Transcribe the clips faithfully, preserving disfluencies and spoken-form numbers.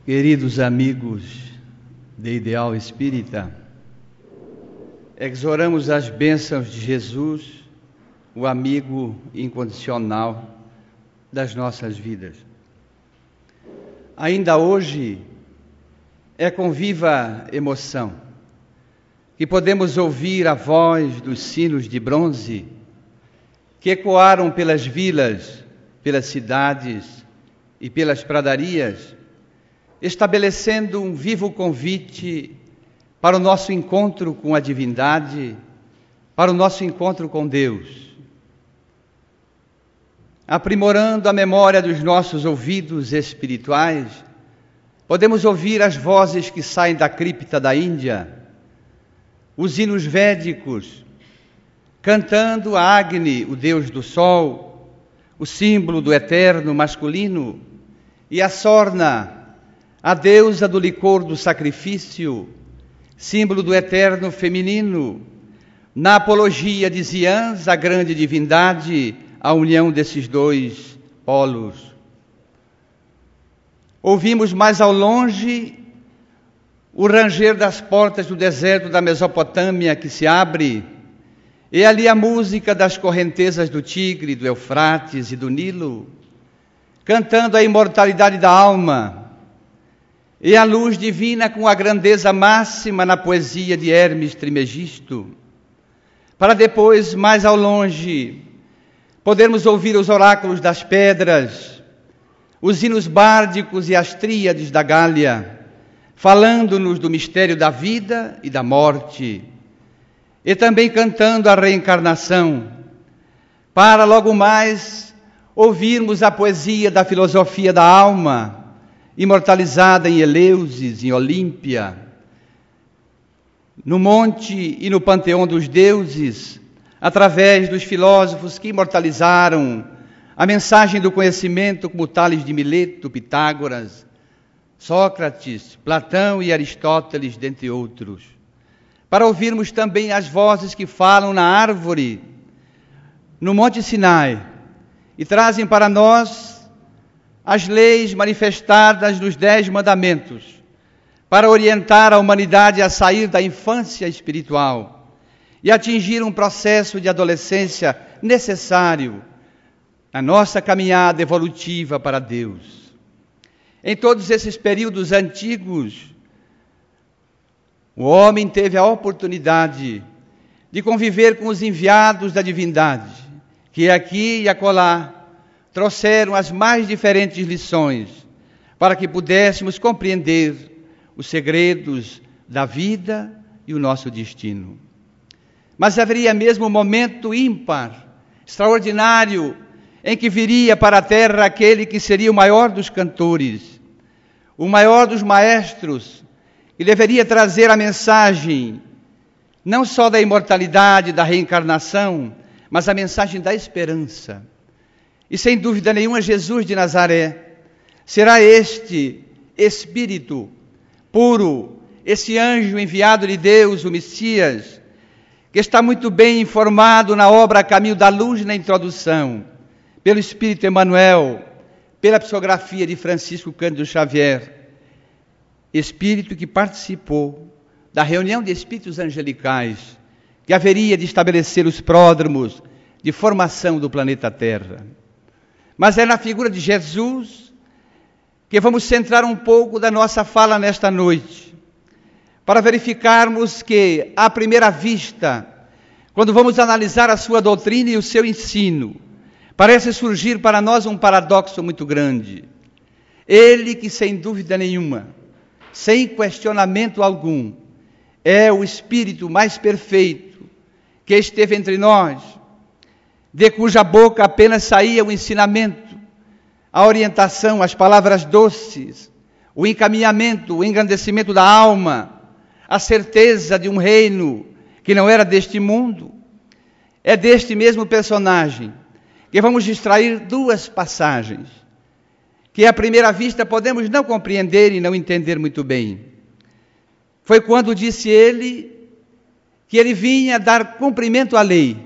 Queridos amigos de Ideal Espírita, exoramos as bênçãos de Jesus, o amigo incondicional das nossas vidas. Ainda hoje é com viva emoção que podemos ouvir a voz dos sinos de bronze que ecoaram pelas vilas, pelas cidades e pelas pradarias, estabelecendo um vivo convite para o nosso encontro com a divindade, para o nosso encontro com Deus. Aprimorando a memória dos nossos ouvidos espirituais, podemos ouvir as vozes que saem da cripta da Índia, os hinos védicos, cantando a Agni, o deus do sol, o símbolo do eterno masculino, e a Sorna, a deusa do licor do sacrifício, símbolo do eterno feminino, na apologia de Ziãs, a grande divindade, a união desses dois polos. Ouvimos mais ao longe o ranger das portas do deserto da Mesopotâmia que se abre, e ali a música das correntezas do Tigre, do Eufrates e do Nilo, cantando a imortalidade da alma, e a luz divina com a grandeza máxima na poesia de Hermes Trismegisto, para depois, mais ao longe, podermos ouvir os oráculos das pedras, os hinos bárdicos e as tríades da Gália, falando-nos do mistério da vida e da morte, e também cantando a reencarnação, para logo mais ouvirmos a poesia da filosofia da alma, imortalizada em Eleusis, em Olímpia, no monte e no panteão dos deuses, através dos filósofos que imortalizaram a mensagem do conhecimento, como Tales de Mileto, Pitágoras, Sócrates, Platão e Aristóteles, dentre outros, para ouvirmos também as vozes que falam na árvore, no Monte Sinai, e trazem para nós as leis manifestadas nos Dez Mandamentos, para orientar a humanidade a sair da infância espiritual e atingir um processo de adolescência necessário na nossa caminhada evolutiva para Deus. Em todos esses períodos antigos, o homem teve a oportunidade de conviver com os enviados da divindade, que aqui e acolá trouxeram as mais diferentes lições para que pudéssemos compreender os segredos da vida e o nosso destino. Mas haveria mesmo um momento ímpar, extraordinário, em que viria para a terra aquele que seria o maior dos cantores, o maior dos maestros, que deveria trazer a mensagem não só da imortalidade, da reencarnação, mas a mensagem da esperança. E sem dúvida nenhuma, Jesus de Nazaré será este Espírito puro, esse anjo enviado de Deus, o Messias, que está muito bem informado na obra Caminho da Luz, na introdução, pelo Espírito Emmanuel, pela psicografia de Francisco Cândido Xavier, Espírito que participou da reunião de espíritos angelicais, que haveria de estabelecer os pródromos de formação do planeta Terra. Mas é na figura de Jesus que vamos centrar um pouco da nossa fala nesta noite, para verificarmos que, à primeira vista, quando vamos analisar a sua doutrina e o seu ensino, parece surgir para nós um paradoxo muito grande. Ele que, sem dúvida nenhuma, sem questionamento algum, é o Espírito mais perfeito que esteve entre nós, de cuja boca apenas saía o ensinamento, a orientação, as palavras doces, o encaminhamento, o engrandecimento da alma, a certeza de um reino que não era deste mundo. É deste mesmo personagem que vamos extrair duas passagens, que à primeira vista podemos não compreender e não entender muito bem. Foi quando disse ele que ele vinha dar cumprimento à lei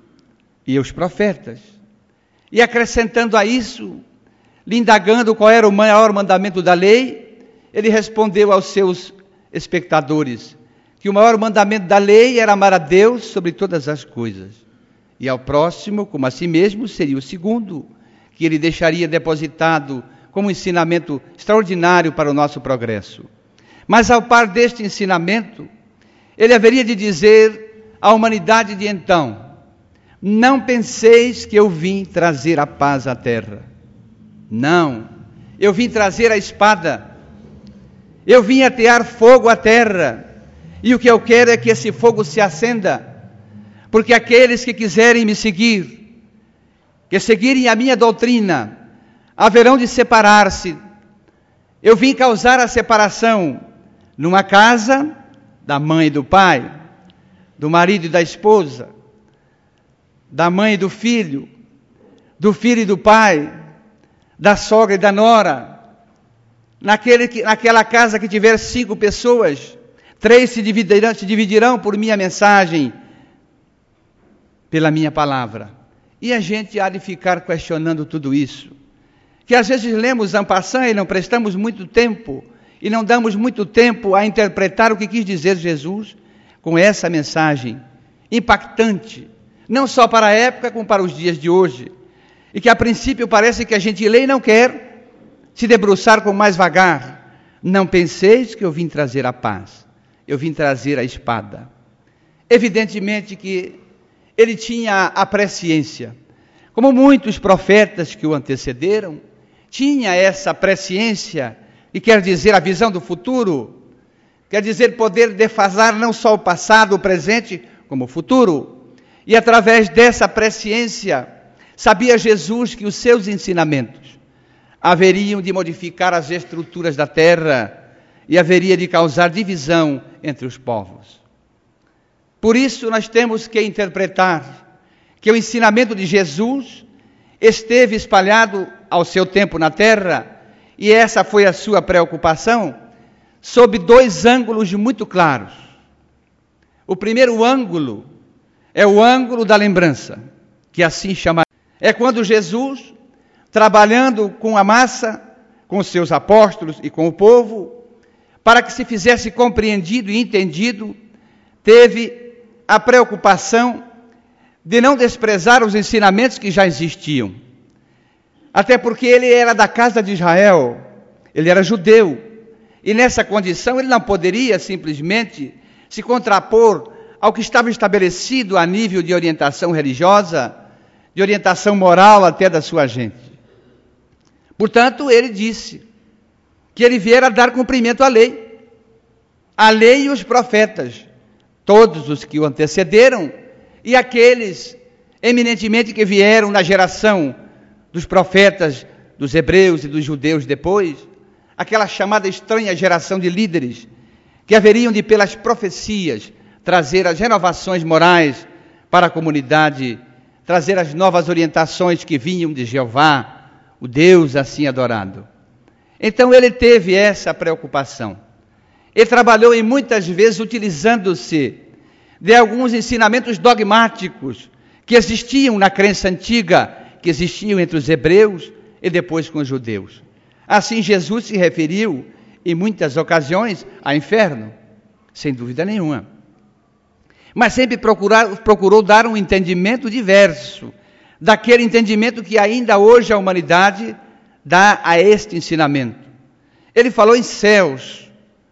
e aos profetas, e acrescentando a isso, lhe indagando qual era o maior mandamento da lei, ele respondeu aos seus espectadores que o maior mandamento da lei era amar a Deus sobre todas as coisas, e ao próximo como a si mesmo seria o segundo, que ele deixaria depositado como um ensinamento extraordinário para o nosso progresso. Mas ao par deste ensinamento, ele haveria de dizer à humanidade de então: não penseis que eu vim trazer a paz à terra. Não, eu vim trazer a espada. Eu vim atear fogo à terra. E o que eu quero é que esse fogo se acenda. Porque aqueles que quiserem me seguir, que seguirem a minha doutrina, haverão de separar-se. Eu vim causar a separação numa casa da mãe e do pai, do marido e da esposa, da mãe e do filho, do filho e do pai, da sogra e da nora. Naquele que, naquela casa que tiver cinco pessoas, três se dividirão, se dividirão por minha mensagem, pela minha palavra. E a gente há de ficar questionando tudo isso, que às vezes lemos en passant e não prestamos muito tempo, e não damos muito tempo a interpretar o que quis dizer Jesus com essa mensagem impactante, não só para a época, como para os dias de hoje, e que a princípio parece que a gente lê e não quer se debruçar com mais vagar. Não penseis que eu vim trazer a paz, eu vim trazer a espada. Evidentemente que ele tinha a presciência, como muitos profetas que o antecederam, tinha essa presciência, e quer dizer a visão do futuro, quer dizer poder defasar não só o passado, o presente, como o futuro. E através dessa presciência, sabia Jesus que os seus ensinamentos haveriam de modificar as estruturas da terra e haveria de causar divisão entre os povos. Por isso nós temos que interpretar que o ensinamento de Jesus esteve espalhado ao seu tempo na terra, e essa foi a sua preocupação, sob dois ângulos muito claros. O primeiro ângulo é o ângulo da lembrança, que assim chama. É quando Jesus, trabalhando com a massa, com os seus apóstolos e com o povo, para que se fizesse compreendido e entendido, teve a preocupação de não desprezar os ensinamentos que já existiam. Até porque ele era da casa de Israel, ele era judeu, e nessa condição ele não poderia simplesmente se contrapor ao que estava estabelecido a nível de orientação religiosa, de orientação moral até da sua gente. Portanto, ele disse que ele viera dar cumprimento à lei, a lei e os profetas, todos os que o antecederam, e aqueles eminentemente que vieram na geração dos profetas, dos hebreus e dos judeus depois, aquela chamada estranha geração de líderes, que haveriam de, pelas profecias, trazer as renovações morais para a comunidade, trazer as novas orientações que vinham de Jeová, o Deus assim adorado. Então ele teve essa preocupação. Ele trabalhou e muitas vezes utilizando-se de alguns ensinamentos dogmáticos que existiam na crença antiga, que existiam entre os hebreus e depois com os judeus. Assim Jesus se referiu em muitas ocasiões ao inferno, sem dúvida nenhuma. Mas sempre procurar, procurou dar um entendimento diverso, daquele entendimento que ainda hoje a humanidade dá a este ensinamento. Ele falou em céus,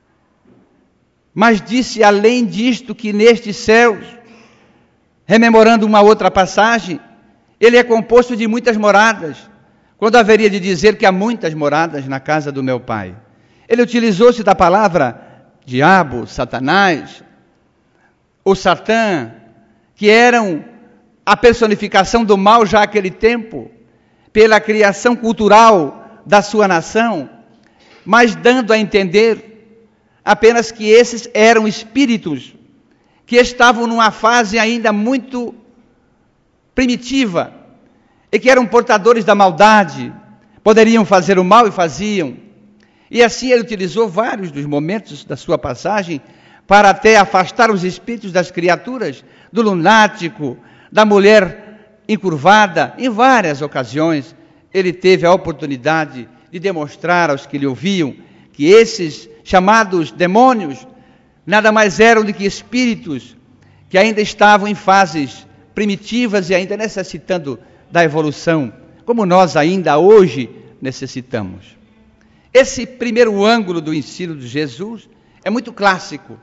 mas disse além disto que nestes céus, rememorando uma outra passagem, ele é composto de muitas moradas, quando haveria de dizer que há muitas moradas na casa do meu Pai. Ele utilizou-se da palavra diabo, Satanás, ou Satã, que eram a personificação do mal já naquele tempo, pela criação cultural da sua nação, mas dando a entender apenas que esses eram espíritos que estavam numa fase ainda muito primitiva, e que eram portadores da maldade, poderiam fazer o mal e faziam. E assim ele utilizou vários dos momentos da sua passagem para até afastar os espíritos das criaturas, do lunático, da mulher encurvada. Em várias ocasiões ele teve a oportunidade de demonstrar aos que lhe ouviam que esses chamados demônios nada mais eram do que espíritos que ainda estavam em fases primitivas e ainda necessitando da evolução, como nós ainda hoje necessitamos. Esse primeiro ângulo do ensino de Jesus é muito clássico.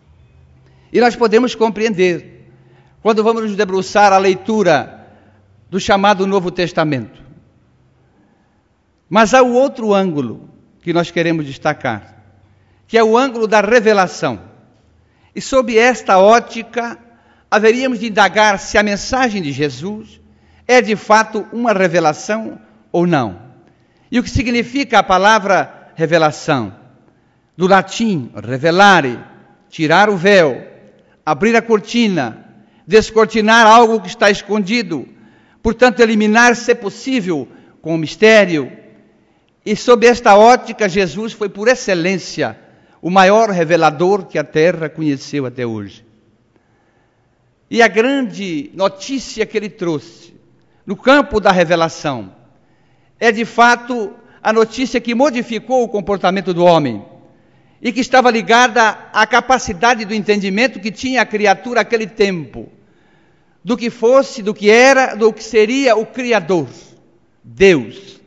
E nós podemos compreender quando vamos nos debruçar a leitura do chamado Novo Testamento. Mas há o outro ângulo que nós queremos destacar, que é o ângulo da revelação. E sob esta ótica, haveríamos de indagar se a mensagem de Jesus é de fato uma revelação ou não. E o que significa a palavra revelação? Do latim, revelare, tirar o véu, abrir a cortina, descortinar algo que está escondido, portanto, eliminar, se possível, com o mistério. E sob esta ótica, Jesus foi, por excelência, o maior revelador que a Terra conheceu até hoje. E a grande notícia que ele trouxe, no campo da revelação, é de fato a notícia que modificou o comportamento do homem e que estava ligada à capacidade do entendimento que tinha a criatura naquele tempo, do que fosse, do que era, do que seria o Criador, Deus,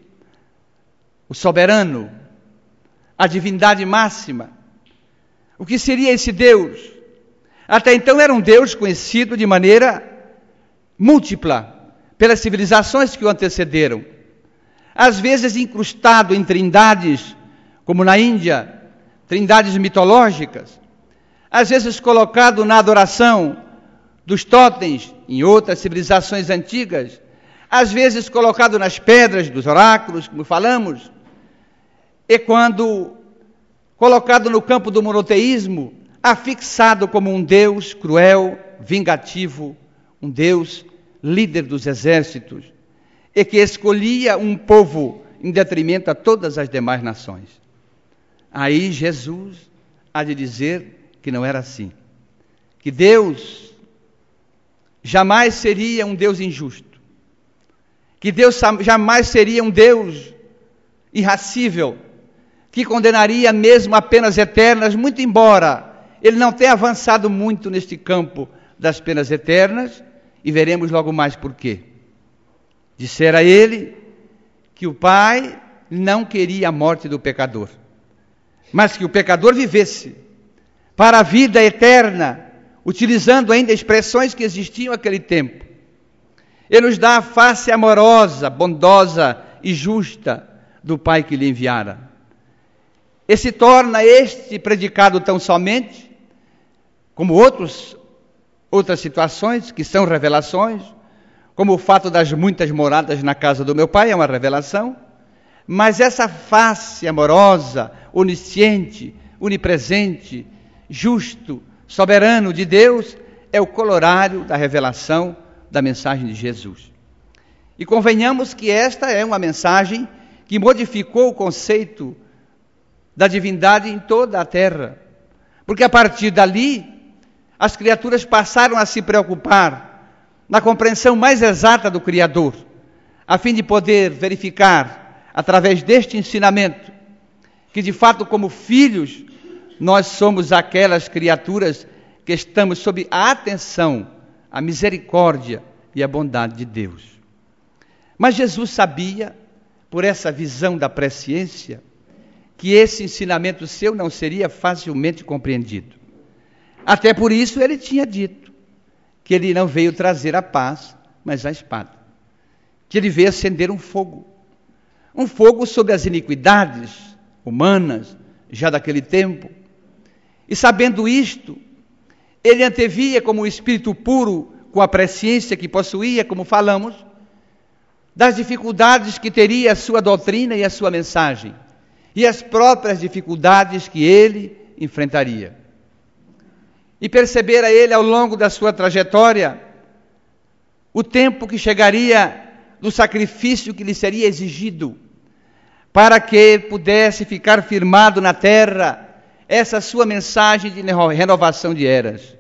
o soberano, a divindade máxima. O que seria esse Deus? Até então era um Deus conhecido de maneira múltipla pelas civilizações que o antecederam. Às vezes incrustado em trindades, como na Índia, trindades mitológicas. Às vezes colocado na adoração dos totens em outras civilizações antigas. Às vezes colocado nas pedras dos oráculos, como falamos. E quando colocado no campo do monoteísmo, afixado como um Deus cruel, vingativo, um Deus líder dos exércitos, e que escolhia um povo em detrimento a todas as demais nações. Aí Jesus há de dizer que não era assim, que Deus jamais seria um Deus injusto, que Deus jamais seria um Deus irracível, que condenaria mesmo a penas eternas, muito embora ele não tenha avançado muito neste campo das penas eternas, e veremos logo mais por quê. Dissera ele que o Pai não queria a morte do pecador, mas que o pecador vivesse para a vida eterna, utilizando ainda expressões que existiam naquele tempo. Ele nos dá a face amorosa, bondosa e justa do Pai que lhe enviara. E se torna este predicado tão somente, como outros, outras situações que são revelações, como o fato das muitas moradas na casa do meu Pai, é uma revelação, mas essa face amorosa, onisciente, onipresente, justo, soberano de Deus, é o colorário da revelação da mensagem de Jesus. E convenhamos que esta é uma mensagem que modificou o conceito da divindade em toda a terra, porque a partir dali, as criaturas passaram a se preocupar na compreensão mais exata do Criador, a fim de poder verificar, através deste ensinamento, que de fato, como filhos, nós somos aquelas criaturas que estamos sob a atenção, a misericórdia e a bondade de Deus. Mas Jesus sabia, por essa visão da presciência, que esse ensinamento seu não seria facilmente compreendido. Até por isso ele tinha dito que ele não veio trazer a paz, mas a espada. Que ele veio acender um fogo. Um fogo sobre as iniquidades humanas, já daquele tempo. E sabendo isto, ele antevia como o espírito puro, com a presciência que possuía, como falamos, das dificuldades que teria a sua doutrina e a sua mensagem, e as próprias dificuldades que ele enfrentaria. E percebera ele ao longo da sua trajetória o tempo que chegaria do sacrifício que lhe seria exigido para que pudesse ficar firmado na terra essa sua mensagem de renovação de eras.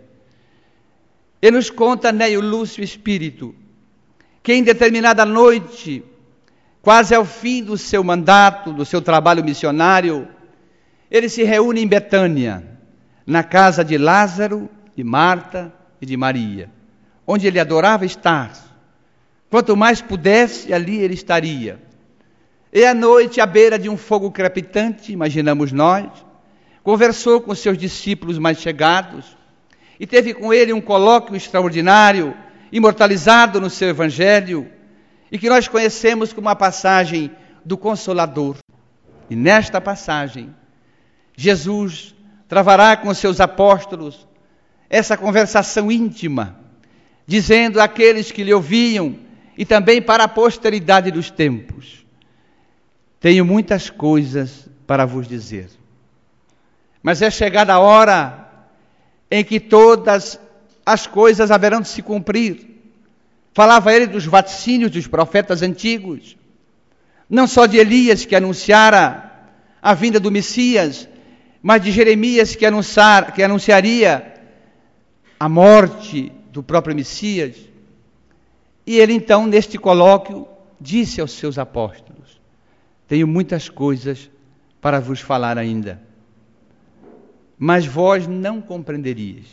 Ele nos conta, Neio Lúcio Espírito, que em determinada noite, quase ao fim do seu mandato, do seu trabalho missionário, ele se reúne em Betânia, na casa de Lázaro, de Marta e de Maria, onde ele adorava estar. Quanto mais pudesse, ali ele estaria. E à noite, à beira de um fogo crepitante, imaginamos nós, conversou com seus discípulos mais chegados e teve com ele um colóquio extraordinário, imortalizado no seu Evangelho, e que nós conhecemos como a passagem do Consolador. E nesta passagem, Jesus travará com seus apóstolos essa conversação íntima, dizendo àqueles que lhe ouviam e também para a posteridade dos tempos: tenho muitas coisas para vos dizer, mas é chegada a hora em que todas as coisas haverão de se cumprir. Falava ele dos vaticínios dos profetas antigos, não só de Elias, que anunciara a vinda do Messias, mas de Jeremias, que, anunciar, que anunciaria a morte do próprio Messias. E ele então, neste colóquio, disse aos seus apóstolos: tenho muitas coisas para vos falar ainda, mas vós não compreenderíeis.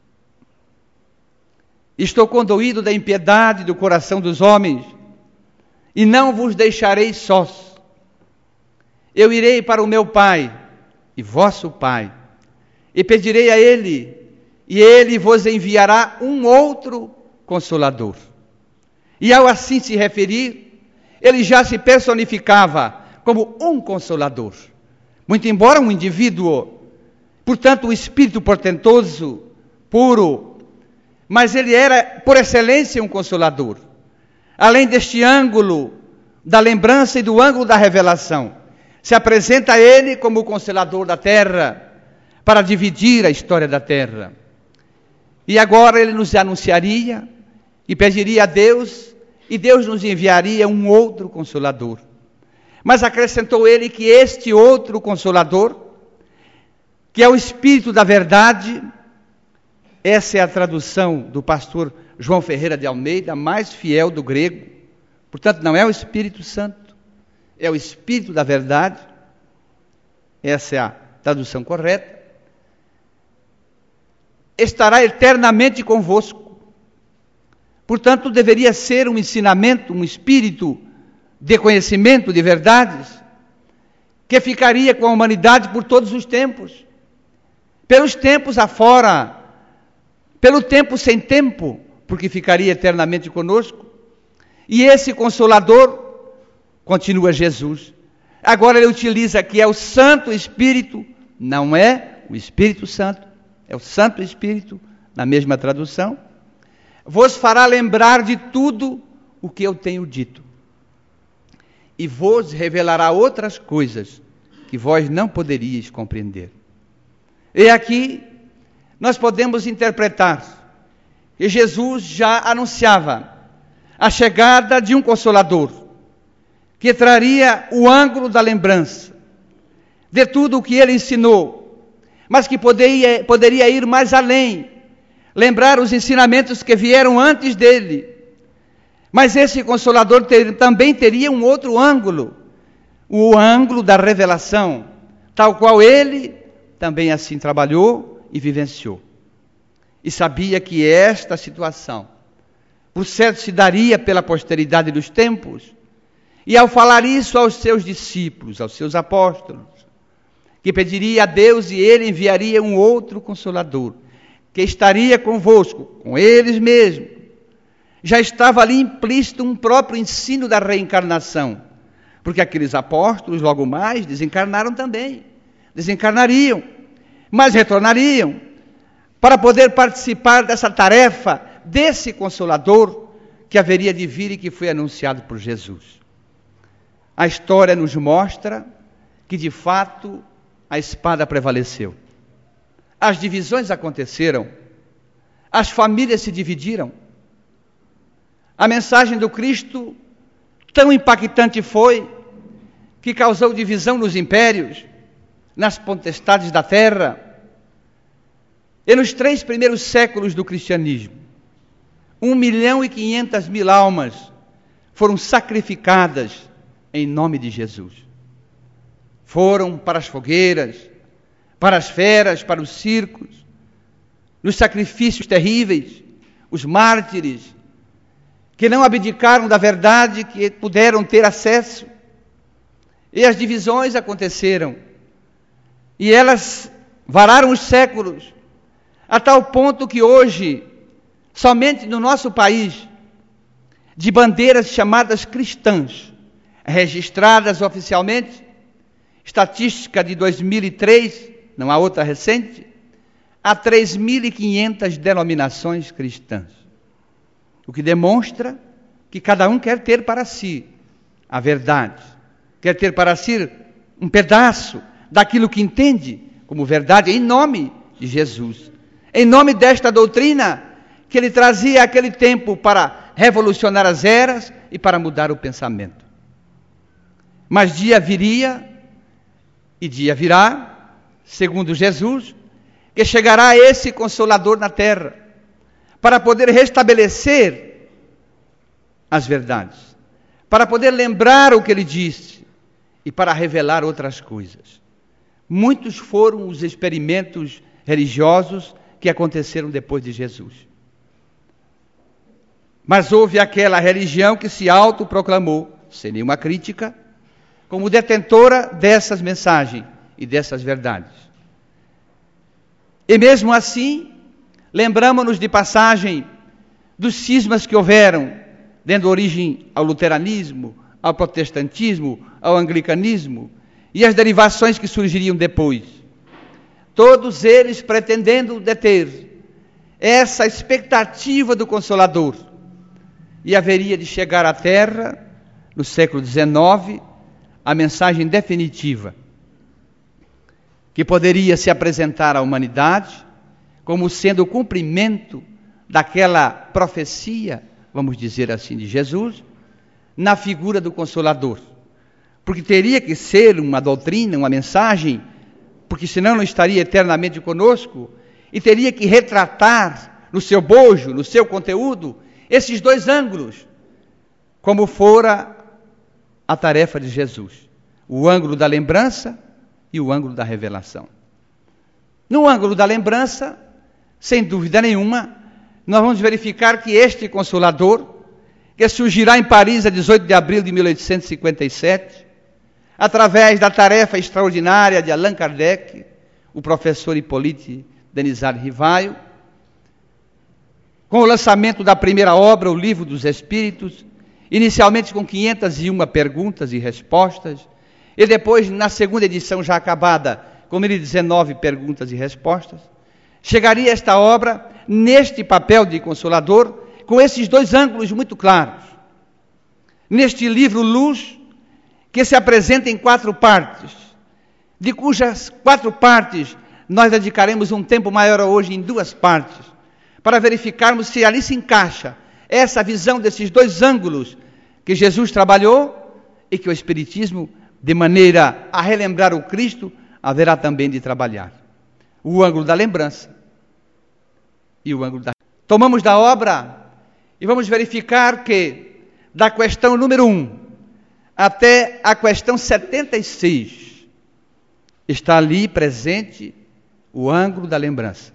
Estou condoído da impiedade do coração dos homens, e não vos deixarei sós. Eu irei para o meu Pai e vosso Pai, e pedirei a Ele, e Ele vos enviará um outro Consolador. E ao assim se referir, ele já se personificava como um Consolador, muito embora um indivíduo, portanto um espírito portentoso, puro, mas ele era por excelência um Consolador. Além deste ângulo da lembrança e do ângulo da revelação, se apresenta a ele como o Consolador da terra, para dividir a história da terra. E agora ele nos anunciaria e pediria a Deus, e Deus nos enviaria um outro Consolador. Mas acrescentou ele que este outro Consolador, que é o Espírito da verdade, essa é a tradução do pastor João Ferreira de Almeida, mais fiel do grego, portanto não é o Espírito Santo, é o Espírito da verdade, essa é a tradução correta, estará eternamente convosco. Portanto, deveria ser um ensinamento, um espírito de conhecimento de verdades, que ficaria com a humanidade por todos os tempos, pelos tempos afora, pelo tempo sem tempo, porque ficaria eternamente conosco. E esse Consolador continua Jesus. Agora ele utiliza aqui, é o Santo Espírito, não é o Espírito Santo, é o Santo Espírito, na mesma tradução, vos fará lembrar de tudo o que eu tenho dito, e vos revelará outras coisas que vós não poderíeis compreender. E aqui nós podemos interpretar que Jesus já anunciava a chegada de um Consolador, que traria o ângulo da lembrança de tudo o que ele ensinou, mas que poderia, poderia ir mais além, lembrar os ensinamentos que vieram antes dele. Mas esse Consolador ter, também teria um outro ângulo, o ângulo da revelação, tal qual ele também assim trabalhou e vivenciou. E sabia que esta situação, por certo, se daria pela posteridade dos tempos, e ao falar isso aos seus discípulos, aos seus apóstolos, que pediria a Deus e ele enviaria um outro Consolador, que estaria convosco, com eles mesmos. Já estava ali implícito um próprio ensino da reencarnação, porque aqueles apóstolos logo mais desencarnaram também, desencarnariam, mas retornariam, para poder participar dessa tarefa, desse Consolador, que haveria de vir e que foi anunciado por Jesus. A história nos mostra que de fato a espada prevaleceu. As divisões aconteceram, as famílias se dividiram. A mensagem do Cristo tão impactante foi que causou divisão nos impérios, nas potestades da terra. E nos três primeiros séculos do cristianismo, um milhão e quinhentas mil almas foram sacrificadas em nome de Jesus. Foram para as fogueiras, para as feras, para os circos, nos sacrifícios terríveis, os mártires, que não abdicaram da verdade, que puderam ter acesso. E as divisões aconteceram. E elas vararam os séculos, a tal ponto que hoje, somente no nosso país, de bandeiras chamadas cristãs, registradas oficialmente, estatística de dois mil e três, não há outra recente, há três mil e quinhentas denominações cristãs. O que demonstra que cada um quer ter para si a verdade, quer ter para si um pedaço daquilo que entende como verdade, em nome de Jesus, em nome desta doutrina que ele trazia aquele tempo para revolucionar as eras e para mudar o pensamento. Mas dia viria, e dia virá, segundo Jesus, que chegará esse Consolador na terra, para poder restabelecer as verdades, para poder lembrar o que ele disse, e para revelar outras coisas. Muitos foram os experimentos religiosos que aconteceram depois de Jesus. Mas houve aquela religião que se autoproclamou, sem nenhuma crítica, como detentora dessas mensagens e dessas verdades. E mesmo assim, lembramos-nos de passagem dos cismas que houveram, dando origem ao luteranismo, ao protestantismo, ao anglicanismo, e as derivações que surgiriam depois. Todos eles pretendendo deter essa expectativa do Consolador. E haveria de chegar à Terra, no século dezenove, a mensagem definitiva, que poderia se apresentar à humanidade como sendo o cumprimento daquela profecia, vamos dizer assim, de Jesus, na figura do Consolador. Porque teria que ser uma doutrina, uma mensagem, porque senão não estaria eternamente conosco, e teria que retratar no seu bojo, no seu conteúdo, esses dois ângulos, como fora a tarefa de Jesus, o ângulo da lembrança e o ângulo da revelação. No ângulo da lembrança, sem dúvida nenhuma, nós vamos verificar que este Consolador, que surgirá em Paris a dezoito de abril de mil oitocentos e cinquenta e sete, através da tarefa extraordinária de Allan Kardec, o professor Hippolyte Denisard Rivaio, com o lançamento da primeira obra, o Livro dos Espíritos, inicialmente com quinhentas e uma perguntas e respostas, e depois, na segunda edição já acabada, com mil e dezenove perguntas e respostas, chegaria esta obra neste papel de Consolador, com esses dois ângulos muito claros. Neste livro Luz, que se apresenta em quatro partes, de cujas quatro partes nós dedicaremos um tempo maior hoje em duas partes, para verificarmos se ali se encaixa essa visão desses dois ângulos que Jesus trabalhou e que o Espiritismo, de maneira a relembrar o Cristo, haverá também de trabalhar. O ângulo da lembrança e o ângulo da... Tomamos da obra e vamos verificar que da questão número um até a questão setenta e seis está ali presente o ângulo da lembrança.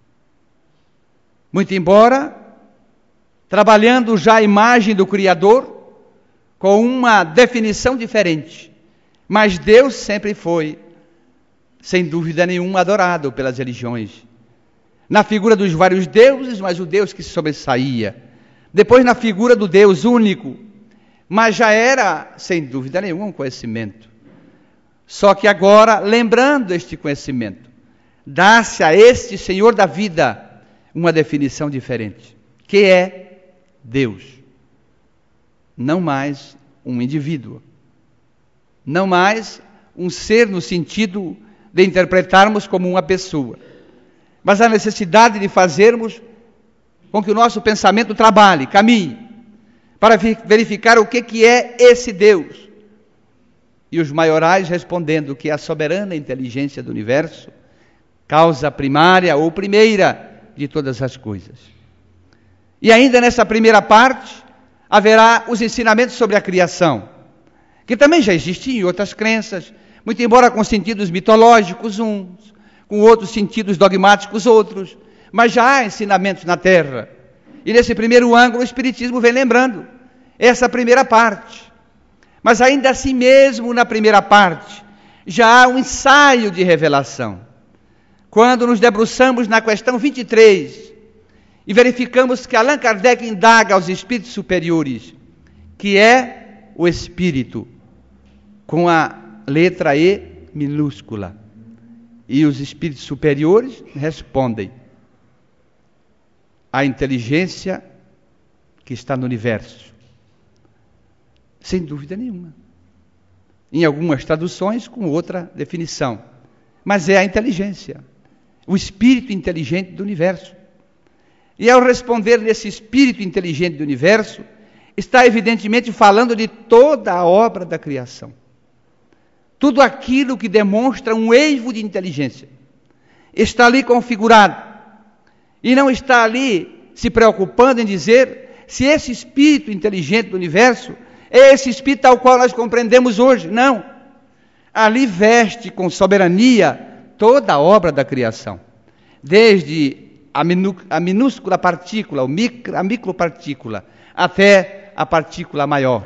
Muito embora trabalhando já a imagem do Criador com uma definição diferente, mas Deus sempre foi, sem dúvida nenhuma, adorado pelas religiões. Na figura dos vários deuses, mas o Deus que se sobressaía. Depois na figura do Deus único, mas já era, sem dúvida nenhuma, um conhecimento. Só que agora, lembrando este conhecimento, dá-se a este Senhor da vida uma definição diferente, que é Deus. Não mais um indivíduo. Não mais um ser no sentido de interpretarmos como uma pessoa. Mas a necessidade de fazermos com que o nosso pensamento trabalhe, caminhe, para verificar o que, que é esse Deus. E os maiorais respondendo que é a soberana inteligência do universo, causa primária ou primeira de todas as coisas. E ainda nessa primeira parte, haverá os ensinamentos sobre a criação, que também já existiam em outras crenças, muito embora com sentidos mitológicos uns, com outros sentidos dogmáticos outros, mas já há ensinamentos na Terra. E nesse primeiro ângulo o Espiritismo vem lembrando essa primeira parte. Mas ainda assim mesmo na primeira parte, já há um ensaio de revelação. Quando nos debruçamos na questão vinte e três e verificamos que Allan Kardec indaga aos espíritos superiores, que é o espírito, com a letra E minúscula. E os espíritos superiores respondem: a inteligência que está no universo. Sem dúvida nenhuma. Em algumas traduções com outra definição. Mas é a inteligência. O espírito inteligente do universo. E ao responder nesse espírito inteligente do universo, está evidentemente falando de toda a obra da criação. Tudo aquilo que demonstra um eivo de inteligência está ali configurado. E não está ali se preocupando em dizer se esse espírito inteligente do universo é esse espírito ao qual nós compreendemos hoje. Não. Ali veste com soberania toda a obra da criação. Desde a, minu, a minúscula partícula, o micro, a micropartícula, até a partícula maior.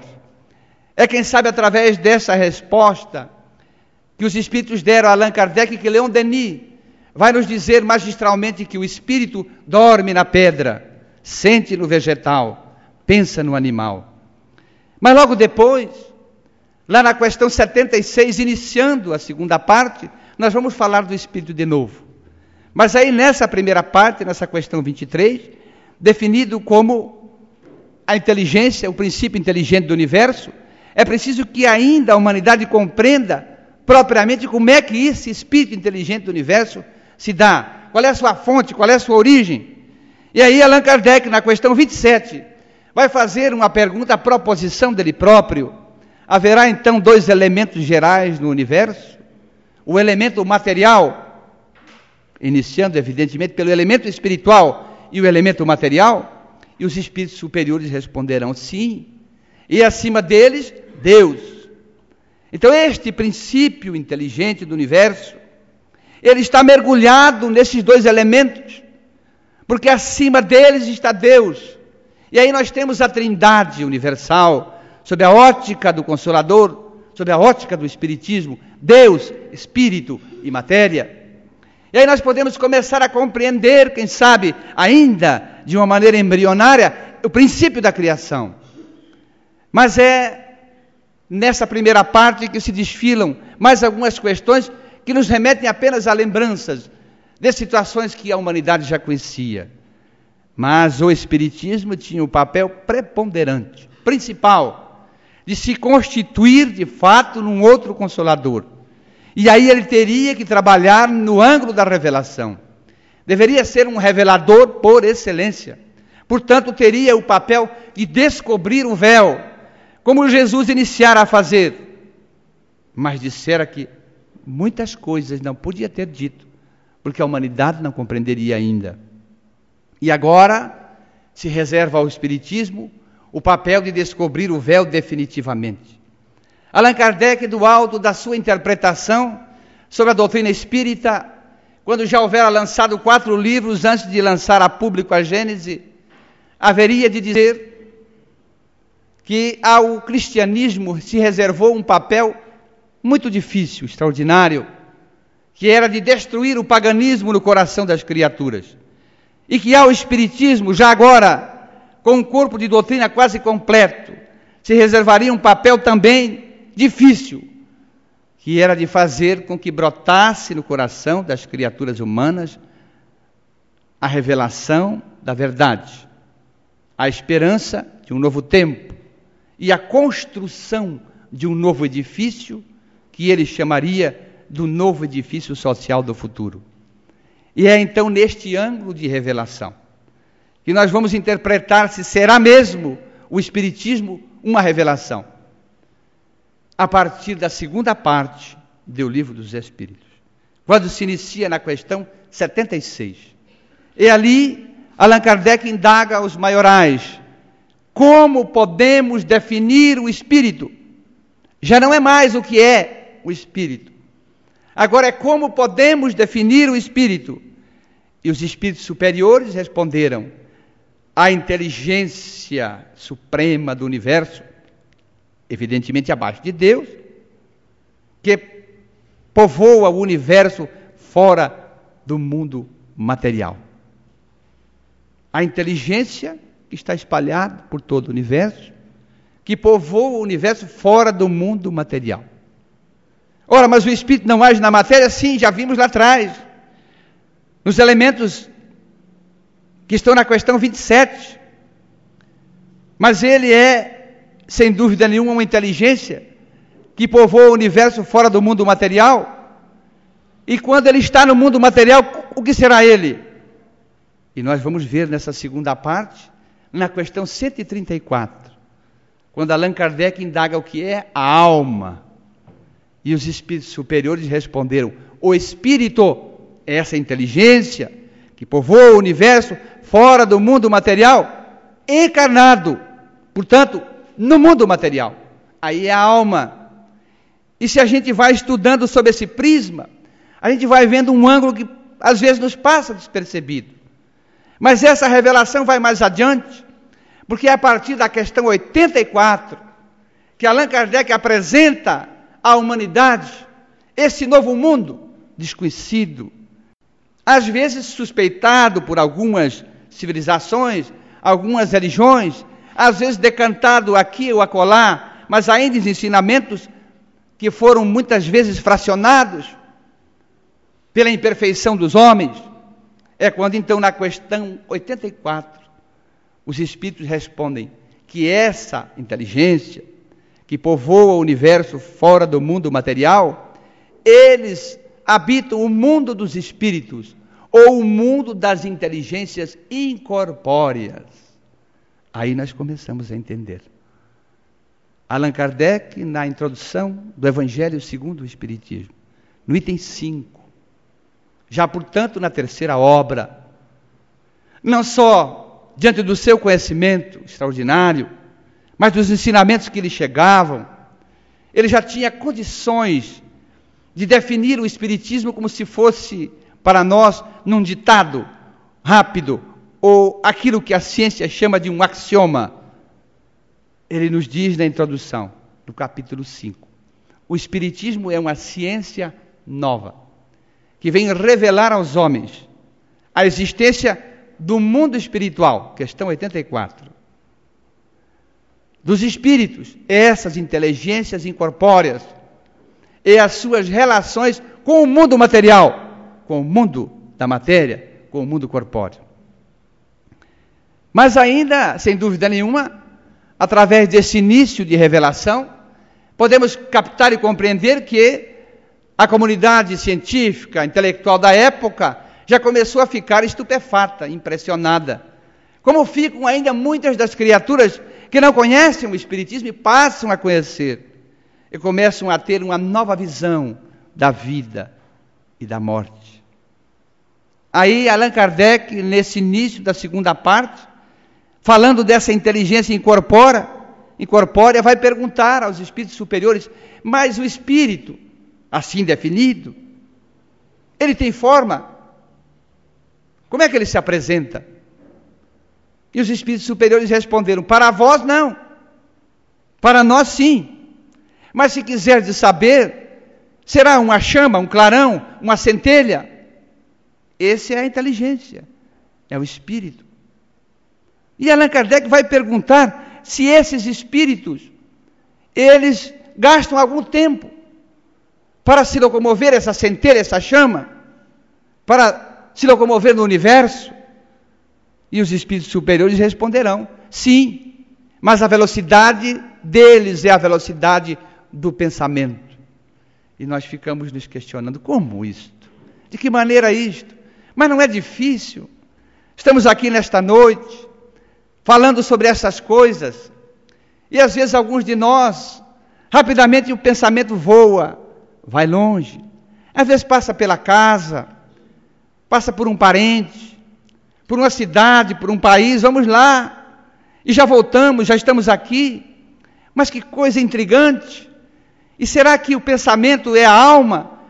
É quem sabe através dessa resposta que os espíritos deram a Allan Kardec, que Leon Denis vai nos dizer magistralmente que o espírito dorme na pedra, sente no vegetal, pensa no animal. Mas logo depois, lá na questão setenta e seis, iniciando a segunda parte, nós vamos falar do espírito de novo. Mas aí nessa primeira parte, nessa questão vinte e três, definido como a inteligência, o princípio inteligente do universo, é preciso que ainda a humanidade compreenda propriamente como é que esse espírito inteligente do universo se dá, qual é a sua fonte, qual é a sua origem. E aí Allan Kardec, na questão vinte e sete, vai fazer uma pergunta à proposição dele próprio. Haverá então dois elementos gerais no universo? O elemento material, iniciando evidentemente pelo elemento espiritual e o elemento material, e os espíritos superiores responderão sim, e acima deles, Deus. Então este princípio inteligente do universo, ele está mergulhado nesses dois elementos, porque acima deles está Deus. E aí nós temos a Trindade universal, sob a ótica do Consolador, sob a ótica do Espiritismo, Deus, Espírito e matéria. E aí nós podemos começar a compreender, quem sabe, ainda de uma maneira embrionária, o princípio da criação. Mas é nessa primeira parte que se desfilam mais algumas questões que nos remetem apenas a lembranças de situações que a humanidade já conhecia. Mas o Espiritismo tinha o papel preponderante, principal, de se constituir de fato num outro Consolador. E aí ele teria que trabalhar no ângulo da revelação. Deveria ser um revelador por excelência. Portanto, teria o papel de descobrir o véu, como Jesus iniciara a fazer. Mas dissera que muitas coisas não podia ter dito, porque a humanidade não compreenderia ainda. E agora se reserva ao Espiritismo o papel de descobrir o véu definitivamente. Allan Kardec, do alto da sua interpretação sobre a doutrina espírita, quando já houvera lançado quatro livros antes de lançar a público a Gênese, haveria de dizer que ao cristianismo se reservou um papel muito difícil, extraordinário, que era de destruir o paganismo no coração das criaturas. E que ao Espiritismo, já agora, com um corpo de doutrina quase completo, se reservaria um papel também difícil, que era de fazer com que brotasse no coração das criaturas humanas a revelação da verdade, a esperança de um novo tempo e a construção de um novo edifício que ele chamaria do novo edifício social do futuro. E é então neste ângulo de revelação que nós vamos interpretar se será mesmo o Espiritismo uma revelação, a partir da segunda parte do Livro dos Espíritos, quando se inicia na questão setenta e seis. E ali Allan Kardec indaga aos maiorais: como podemos definir o Espírito? Já não é mais o que é o Espírito. Agora é como podemos definir o espírito? E os espíritos superiores responderam: a inteligência suprema do universo, evidentemente abaixo de Deus, que povoa o universo fora do mundo material. A inteligência que está espalhada por todo o universo, que povoa o universo fora do mundo material. Ora, mas o espírito não age na matéria? Sim, já vimos lá atrás, nos elementos que estão na questão vinte e sete. Mas ele é, sem dúvida nenhuma, uma inteligência que povoa o universo fora do mundo material. E quando ele está no mundo material, o que será ele? E nós vamos ver nessa segunda parte, na questão cento e trinta e quatro, quando Allan Kardec indaga o que é a alma. E os espíritos superiores responderam: o espírito é essa inteligência que povoa o universo fora do mundo material, encarnado, portanto, no mundo material. Aí é a alma. E se a gente vai estudando sob esse prisma, a gente vai vendo um ângulo que às vezes nos passa despercebido. Mas essa revelação vai mais adiante, porque é a partir da questão oitenta e quatro que Allan Kardec apresenta à humanidade esse novo mundo desconhecido, às vezes suspeitado por algumas civilizações, algumas religiões, às vezes decantado aqui ou acolá, mas ainda os ensinamentos que foram muitas vezes fracionados pela imperfeição dos homens. É quando então na questão oitenta e quatro os espíritos respondem que essa inteligência que povoa o universo fora do mundo material, eles habitam o mundo dos espíritos, ou o mundo das inteligências incorpóreas. Aí nós começamos a entender. Allan Kardec, na introdução do Evangelho segundo o Espiritismo, no item cinco, já portanto na terceira obra, não só diante do seu conhecimento extraordinário, mas dos ensinamentos que lhe chegavam, ele já tinha condições de definir o Espiritismo como se fosse, para nós, num ditado rápido, ou aquilo que a ciência chama de um axioma. Ele nos diz na introdução, do capítulo cinco, o Espiritismo é uma ciência nova, que vem revelar aos homens a existência do mundo espiritual, questão oitenta e quatro, dos espíritos, essas inteligências incorpóreas, e as suas relações com o mundo material, com o mundo da matéria, com o mundo corpóreo. Mas ainda, sem dúvida nenhuma, através desse início de revelação, podemos captar e compreender que a comunidade científica, intelectual da época, já começou a ficar estupefata, impressionada. Como ficam ainda muitas das criaturas que não conhecem o Espiritismo e passam a conhecer. E começam a ter uma nova visão da vida e da morte. Aí Allan Kardec, nesse início da segunda parte, falando dessa inteligência incorpórea, incorpórea, vai perguntar aos espíritos superiores: mas o espírito, assim definido, ele tem forma? Como é que ele se apresenta? E os espíritos superiores responderam: para vós não, para nós sim. Mas se quiserdes saber, será uma chama, um clarão, uma centelha? Essa é a inteligência, é o espírito. E Allan Kardec vai perguntar se esses espíritos, eles gastam algum tempo para se locomover, essa centelha, essa chama, para se locomover no universo. E os espíritos superiores responderão: sim, mas a velocidade deles é a velocidade do pensamento. E nós ficamos nos questionando: como isto? De que maneira isto? Mas não é difícil. Estamos aqui nesta noite, falando sobre essas coisas, e às vezes alguns de nós, rapidamente o pensamento voa, vai longe. Às vezes passa pela casa, passa por um parente, por uma cidade, por um país, vamos lá, e já voltamos, já estamos aqui. Mas que coisa intrigante! E será que o pensamento é a alma?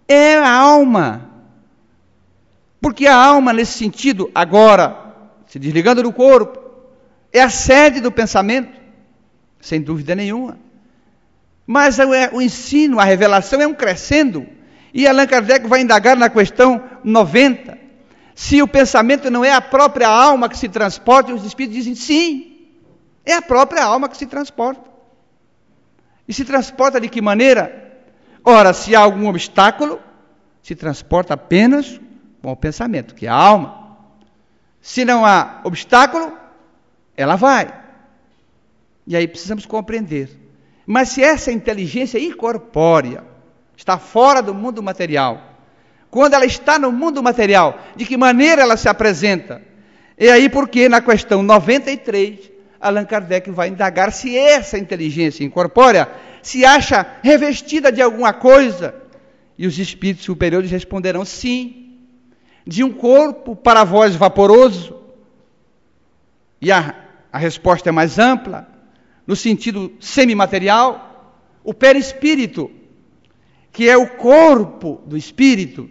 é a alma. Porque a alma, nesse sentido, agora, se desligando do corpo, é a sede do pensamento, sem dúvida nenhuma. Mas o ensino, a revelação é um crescendo. E Allan Kardec vai indagar na questão noventa. Se o pensamento não é a própria alma que se transporta, e os espíritos dizem sim, é a própria alma que se transporta. E se transporta de que maneira? Ora, se há algum obstáculo, se transporta apenas com o pensamento, que é a alma. Se não há obstáculo, ela vai. E aí precisamos compreender. Mas se essa inteligência incorpórea está fora do mundo material, quando ela está no mundo material, de que maneira ela se apresenta? E aí porque na questão noventa e três, Allan Kardec vai indagar se essa inteligência incorpórea se acha revestida de alguma coisa. E os espíritos superiores responderão sim, de um corpo para vós vaporoso. E a, a resposta é mais ampla, no sentido semimaterial, o perispírito, que é o corpo do espírito,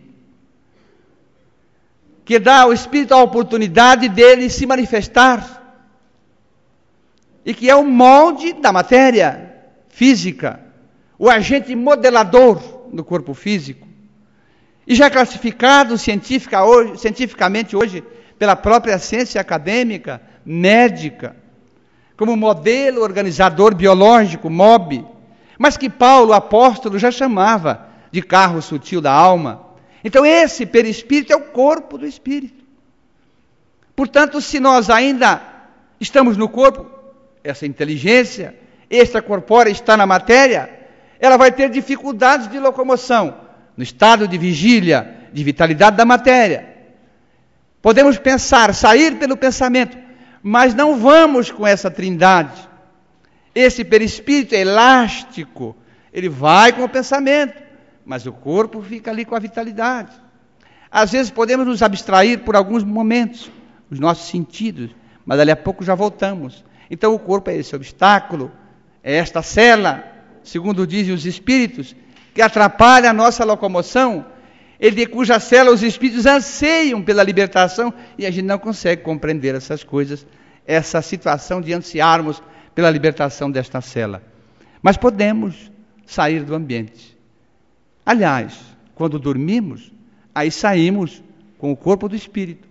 que dá ao espírito a oportunidade dele se manifestar, e que é o molde da matéria física, o agente modelador do corpo físico, e já classificado cientifica hoje, cientificamente hoje pela própria ciência acadêmica, médica, como modelo organizador biológico, M O B, mas que Paulo, apóstolo, já chamava de carro sutil da alma. Então esse perispírito é o corpo do espírito. Portanto, se nós ainda estamos no corpo, essa inteligência extracorpórea está na matéria, ela vai ter dificuldades de locomoção, no estado de vigília, de vitalidade da matéria. Podemos pensar, sair pelo pensamento, mas não vamos com essa trindade. Esse perispírito é elástico, ele vai com o pensamento, mas o corpo fica ali com a vitalidade. Às vezes podemos nos abstrair por alguns momentos, os nossos sentidos, mas dali a pouco já voltamos. Então o corpo é esse obstáculo, é esta cela, segundo dizem os espíritos, que atrapalha a nossa locomoção, e de cuja cela os espíritos anseiam pela libertação, e a gente não consegue compreender essas coisas, essa situação de ansiarmos pela libertação desta cela. Mas podemos sair do ambiente. Aliás, quando dormimos, aí saímos com o corpo do espírito.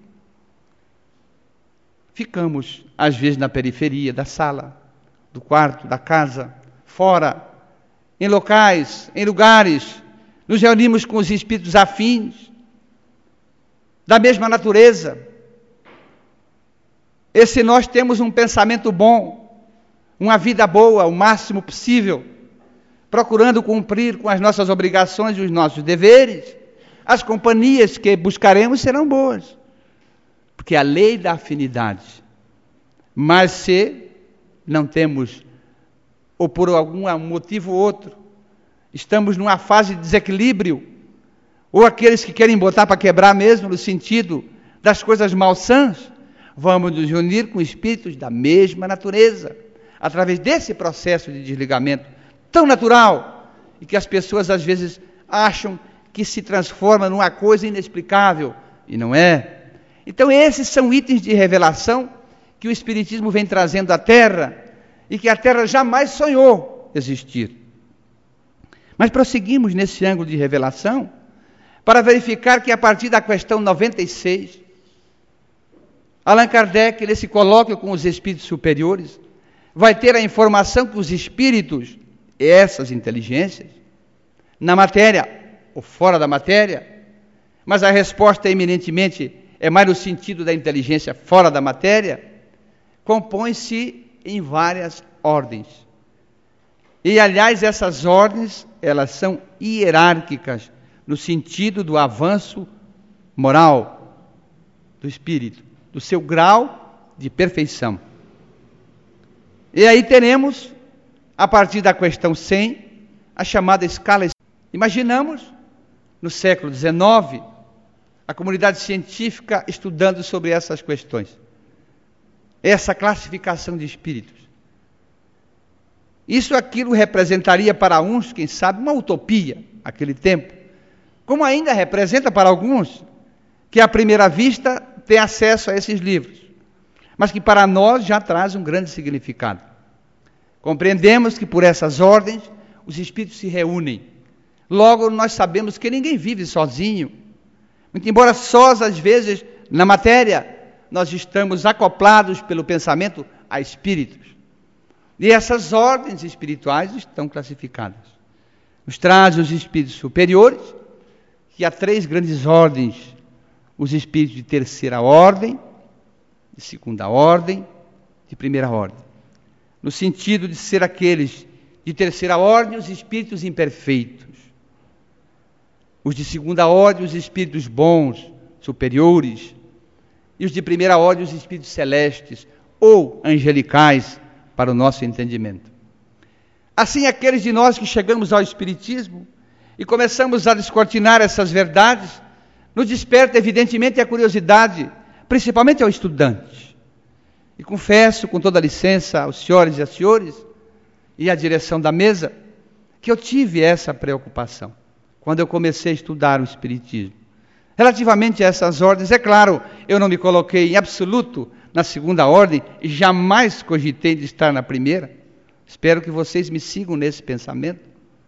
Ficamos, às vezes, na periferia da sala, do quarto, da casa, fora, em locais, em lugares, nos reunimos com os espíritos afins, da mesma natureza. E se nós temos um pensamento bom, uma vida boa, o máximo possível, procurando cumprir com as nossas obrigações e os nossos deveres, as companhias que buscaremos serão boas, porque é a lei da afinidade. Mas se não temos, ou por algum motivo ou outro, estamos numa fase de desequilíbrio, ou aqueles que querem botar para quebrar mesmo, no sentido das coisas malsãs, vamos nos unir com espíritos da mesma natureza, através desse processo de desligamento tão natural, e que as pessoas às vezes acham que se transforma numa coisa inexplicável, e não é. Então esses são itens de revelação que o Espiritismo vem trazendo à Terra, e que a Terra jamais sonhou existir. Mas prosseguimos nesse ângulo de revelação, para verificar que a partir da questão noventa e seis, Allan Kardec, ele se coloca com os espíritos superiores, vai ter a informação que os espíritos, essas inteligências, na matéria ou fora da matéria, mas a resposta eminentemente é mais no sentido da inteligência fora da matéria, compõe-se em várias ordens. E, aliás, essas ordens, elas são hierárquicas, no sentido do avanço moral do espírito, do seu grau de perfeição. E aí teremos, a partir da questão cem, a chamada escala. Imaginamos, no século dezenove, a comunidade científica estudando sobre essas questões, essa classificação de espíritos. Isso aquilo representaria para uns, quem sabe, uma utopia, aquele tempo, como ainda representa para alguns que à primeira vista têm acesso a esses livros, mas que para nós já traz um grande significado. Compreendemos que por essas ordens os espíritos se reúnem. Logo nós sabemos que ninguém vive sozinho. Muito embora sós às vezes na matéria, nós estamos acoplados pelo pensamento a espíritos. E essas ordens espirituais estão classificadas. Nos traz os espíritos superiores, que há três grandes ordens: os espíritos de terceira ordem, de segunda ordem, de primeira ordem. No sentido de ser aqueles de terceira ordem, os espíritos imperfeitos. Os de segunda ordem, os espíritos bons, superiores. E os de primeira ordem, os espíritos celestes ou angelicais, para o nosso entendimento. Assim, aqueles de nós que chegamos ao Espiritismo e começamos a descortinar essas verdades, nos desperta evidentemente a curiosidade, principalmente ao estudante. E confesso com toda a licença aos senhores e às senhores e à direção da mesa, que eu tive essa preocupação quando eu comecei a estudar o Espiritismo. Relativamente a essas ordens, é claro, eu não me coloquei em absoluto na segunda ordem e jamais cogitei de estar na primeira. Espero que vocês me sigam nesse pensamento.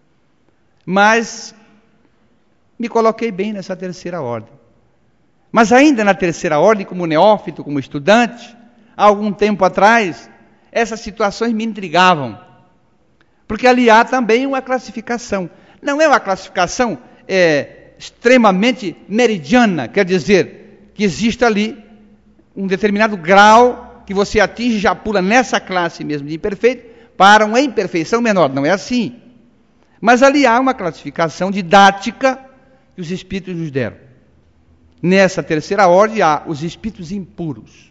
Mas me coloquei bem nessa terceira ordem. Mas ainda na terceira ordem, como neófito, como estudante, há algum tempo atrás, essas situações me intrigavam. Porque ali há também uma classificação. Não é uma classificação é, extremamente meridiana, quer dizer, que existe ali um determinado grau que você atinge e já pula nessa classe mesmo de imperfeito para uma imperfeição menor. Não é assim. Mas ali há uma classificação didática que os espíritos nos deram. Nessa terceira ordem há os espíritos impuros.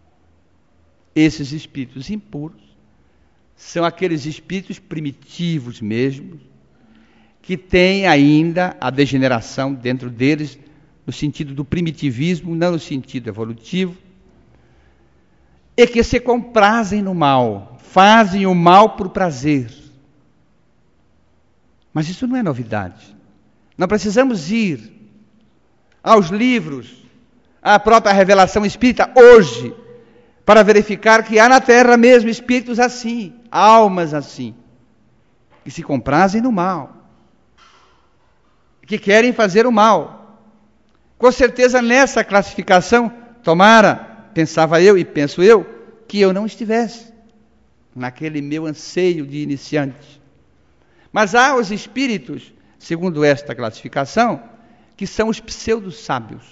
Esses espíritos impuros são aqueles espíritos primitivos mesmo, que têm ainda a degeneração dentro deles, no sentido do primitivismo, não no sentido evolutivo, e que se comprazem no mal, fazem o mal por prazer. Mas isso não é novidade. Não precisamos ir aos livros, à própria revelação espírita, hoje, para verificar que há na Terra mesmo espíritos assim, almas assim, que se comprazem no mal, que querem fazer o mal. Com certeza nessa classificação, tomara, pensava eu e penso eu, que eu não estivesse naquele meu anseio de iniciante. Mas há os espíritos, segundo esta classificação, que são os pseudo-sábios.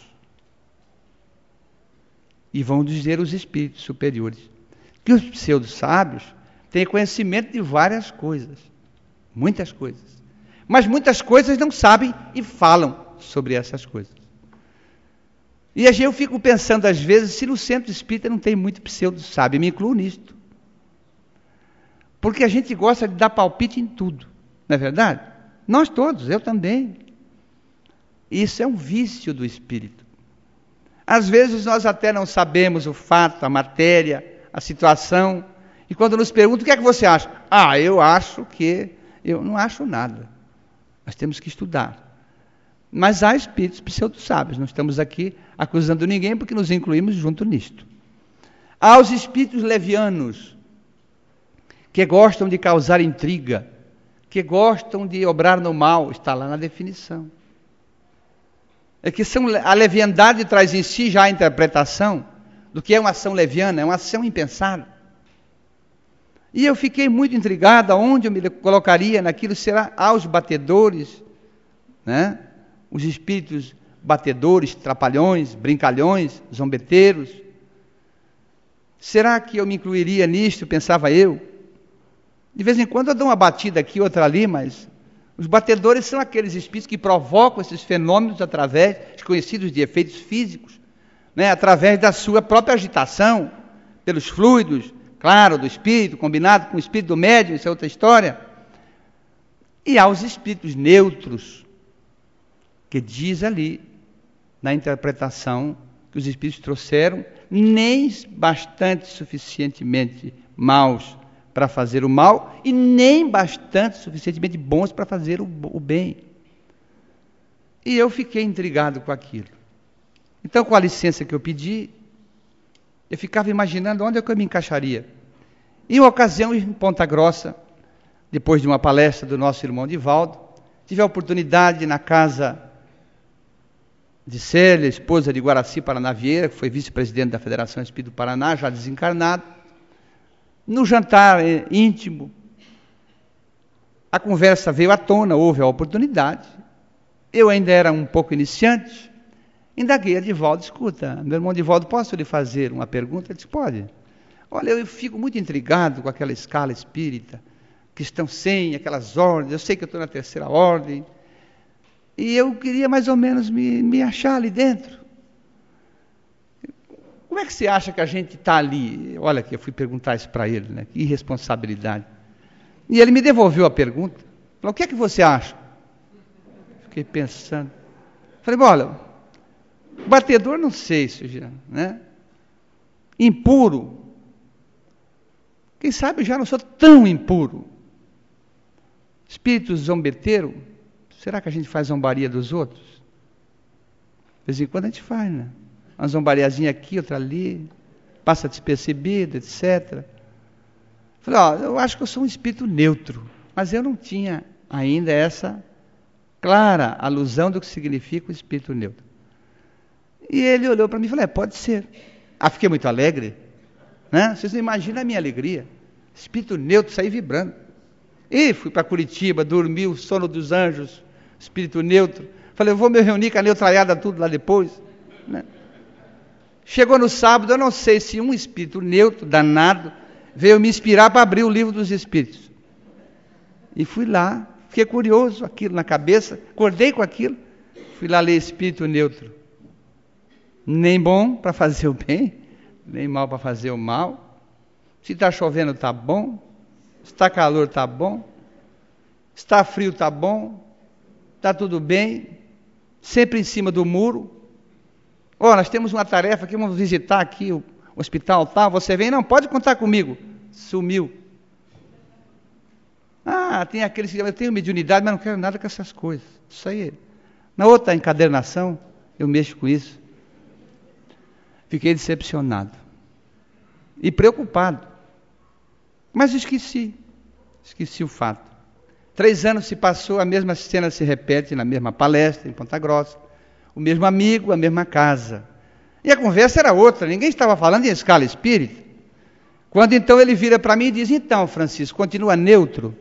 E vão dizer os espíritos superiores que os pseudo-sábios têm conhecimento de várias coisas, muitas coisas. Mas muitas coisas não sabem e falam sobre essas coisas. E eu fico pensando às vezes se no centro espírita não tem muito pseudo-sábio, me incluo nisto. Porque a gente gosta de dar palpite em tudo, não é verdade? Nós todos, eu também. Isso é um vício do espírito. Às vezes nós até não sabemos o fato, a matéria, a situação, e quando nos perguntam, o que é que você acha? Ah, eu acho que... Eu não acho nada. Nós temos que estudar. Mas há espíritos pseudo-sábios, não estamos aqui acusando ninguém porque nos incluímos junto nisto. Há os espíritos levianos, que gostam de causar intriga, que gostam de obrar no mal, está lá na definição. É que são, a leviandade traz em si já a interpretação do que é uma ação leviana, é uma ação impensada. E eu fiquei muito intrigado aonde eu me colocaria naquilo, será aos batedores, né? Os espíritos batedores, trapalhões, brincalhões, zombeteiros. Será que eu me incluiria nisto, pensava eu? De vez em quando eu dou uma batida aqui, outra ali, mas os batedores são aqueles espíritos que provocam esses fenômenos através, conhecidos de efeitos físicos, né? Através da sua própria agitação, pelos fluidos, claro, do espírito, combinado com o espírito do médium, isso é outra história. E há os espíritos neutros, que diz ali, na interpretação que os espíritos trouxeram, nem bastante suficientemente maus para fazer o mal, e nem bastante suficientemente bons para fazer o, o bem. E eu fiquei intrigado com aquilo. Então, com a licença que eu pedi, eu ficava imaginando onde é que eu me encaixaria. Em uma ocasião, em Ponta Grossa, depois de uma palestra do nosso irmão Divaldo, tive a oportunidade na casa de Célia, esposa de Guaraci Paraná Vieira, que foi vice-presidente da Federação Espírita do Paraná, já desencarnado, no jantar íntimo, a conversa veio à tona, houve a oportunidade, eu ainda era um pouco iniciante, indaguei a Divaldo, escuta, meu irmão Divaldo, posso lhe fazer uma pergunta? Ele disse, pode. Olha, eu fico muito intrigado com aquela escala espírita, que estão sem aquelas ordens, eu sei que eu estou na terceira ordem, e eu queria mais ou menos me, me achar ali dentro. Como é que você acha que a gente está ali? Olha que eu fui perguntar isso para ele, né? Que irresponsabilidade. E ele me devolveu a pergunta, falou, o que é que você acha? Fiquei pensando. Falei, olha, batedor não sei, sujeira, né? Impuro. Quem sabe eu já não sou tão impuro. Espírito zombeteiro, será que a gente faz zombaria dos outros? De vez em quando a gente faz, né? Uma zombariazinha aqui, outra ali, passa despercebida, etcétera. Falei, ó, eu acho que eu sou um espírito neutro, mas eu não tinha ainda essa clara alusão do que significa o espírito neutro. E ele olhou para mim e falou, é, pode ser. Ah, fiquei muito alegre, né? Vocês não imaginam a minha alegria. Espírito neutro, saí vibrando. E fui para Curitiba, dormi o sono dos anjos, espírito neutro. Falei, eu vou me reunir com a neutralhada tudo lá depois, né? Chegou no sábado, eu não sei se um espírito neutro, danado, veio me inspirar para abrir o livro dos espíritos. E fui lá, fiquei curioso, aquilo na cabeça, acordei com aquilo, fui lá ler espírito neutro. Nem bom para fazer o bem, nem mal para fazer o mal. Se está chovendo, está bom. Se está calor, está bom. Se está frio, está bom. Está tudo bem. Sempre em cima do muro. Ó, oh, nós temos uma tarefa aqui, vamos visitar aqui o hospital tal. Você vem? Não, pode contar comigo. Sumiu. Ah, tem aqueles que eu tenho mediunidade, mas não quero nada com essas coisas. Isso aí. Na outra encadernação, eu mexo com isso. Fiquei decepcionado. E preocupado. Mas esqueci. Esqueci o fato. Três anos se passou, a mesma cena se repete na mesma palestra, em Ponta Grossa. O mesmo amigo, a mesma casa. E a conversa era outra, ninguém estava falando em escala espírita. Quando então ele vira para mim e diz, então, Francisco, continua neutro?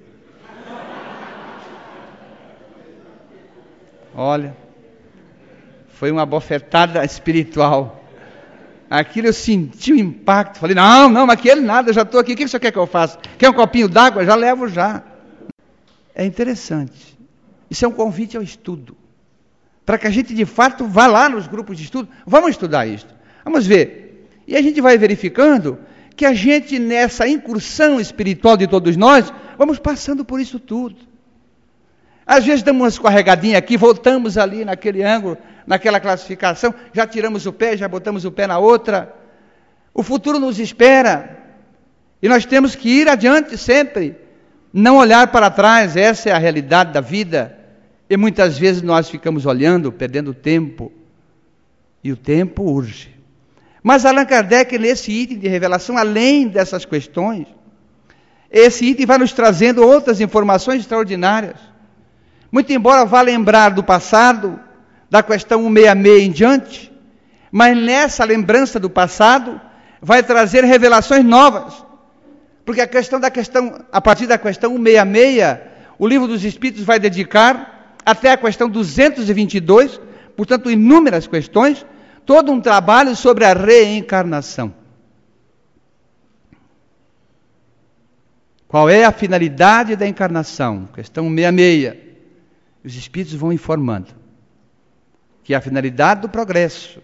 Olha, foi uma bofetada espiritual. Aquilo eu senti o impacto, falei, não, não, mas aquele nada, eu já estou aqui, o que você quer que eu faça? Quer um copinho d'água? Já levo já. É interessante. Isso é um convite ao estudo. Para que a gente de fato vá lá nos grupos de estudo, vamos estudar isso. Vamos ver. E a gente vai verificando que a gente nessa incursão espiritual de todos nós, vamos passando por isso tudo. Às vezes damos uma escorregadinha aqui, voltamos ali naquele ângulo, naquela classificação, já tiramos o pé, já botamos o pé na outra. O futuro nos espera. E nós temos que ir adiante sempre. Não olhar para trás, essa é a realidade da vida. E muitas vezes nós ficamos olhando, perdendo tempo. E o tempo urge. Mas Allan Kardec, nesse item de revelação, além dessas questões, esse item vai nos trazendo outras informações extraordinárias. Muito embora vá lembrar do passado, da questão cento e sessenta e seis em diante, mas nessa lembrança do passado, vai trazer revelações novas. Porque a questão da questão, a partir da questão cento e sessenta e seis, o Livro dos Espíritos vai dedicar até a questão duzentos e vinte e dois, portanto, inúmeras questões, todo um trabalho sobre a reencarnação. Qual é a finalidade da encarnação? Questão cento e sessenta e seis. Os Espíritos vão informando que é a finalidade do progresso.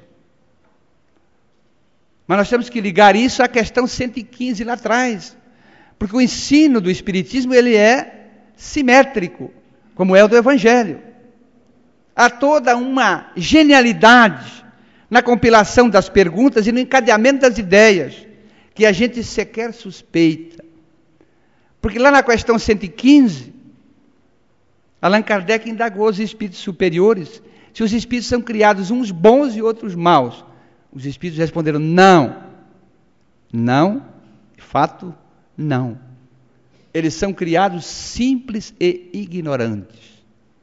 Mas nós temos que ligar isso à questão cento e quinze lá atrás, porque o ensino do Espiritismo ele é simétrico, como é o do Evangelho. Há toda uma genialidade na compilação das perguntas e no encadeamento das ideias, que a gente sequer suspeita. Porque lá na questão cento e quinze, Allan Kardec indagou os espíritos superiores se os espíritos são criados uns bons e outros maus. Os espíritos responderam: não. Não, de fato, não. Eles são criados simples e ignorantes.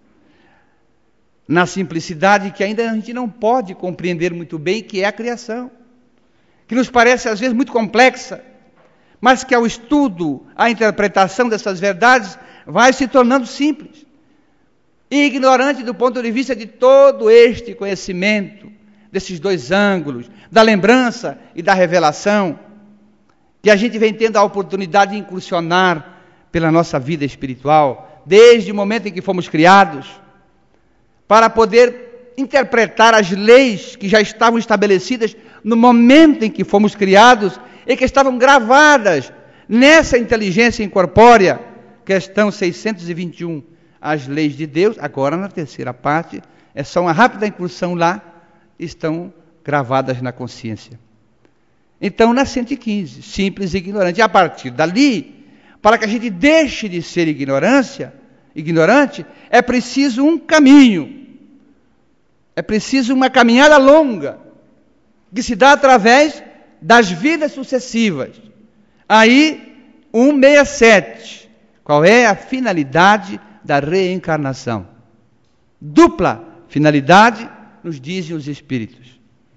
Na simplicidade que ainda a gente não pode compreender muito bem, que é a criação, que nos parece às vezes muito complexa, mas que ao estudo, à interpretação dessas verdades, vai se tornando simples. E ignorante do ponto de vista de todo este conhecimento, desses dois ângulos, da lembrança e da revelação, que a gente vem tendo a oportunidade de incursionar pela nossa vida espiritual, desde o momento em que fomos criados, para poder interpretar as leis que já estavam estabelecidas no momento em que fomos criados e que estavam gravadas nessa inteligência incorpórea. Questão seiscentos e vinte e um, as leis de Deus, agora na terceira parte, é só uma rápida incursão lá, estão gravadas na consciência. Então, na cento e quinze, simples e ignorante. E a partir dali, para que a gente deixe de ser ignorância, ignorante, é preciso um caminho. É preciso uma caminhada longa, que se dá através das vidas sucessivas. Aí, cento e sessenta e sete. Qual é a finalidade da reencarnação? Dupla finalidade, nos dizem os espíritos.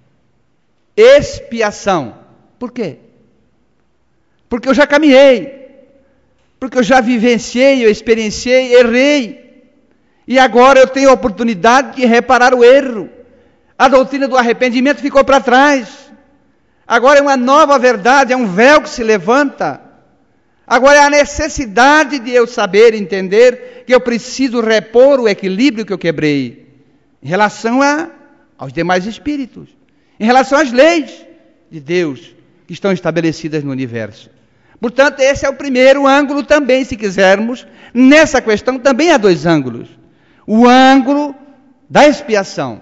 Expiação. Por quê? Porque eu já caminhei, porque eu já vivenciei, eu experienciei, errei, e agora eu tenho a oportunidade de reparar o erro. A doutrina do arrependimento ficou para trás, agora é uma nova verdade, é um véu que se levanta. Agora é a necessidade de eu saber, entender, que eu preciso repor o equilíbrio que eu quebrei, em relação a, aos demais espíritos, em relação às leis de Deus, que estão estabelecidas no universo. Portanto, esse é o primeiro ângulo também, se quisermos. Nessa questão também há dois ângulos. O ângulo da expiação.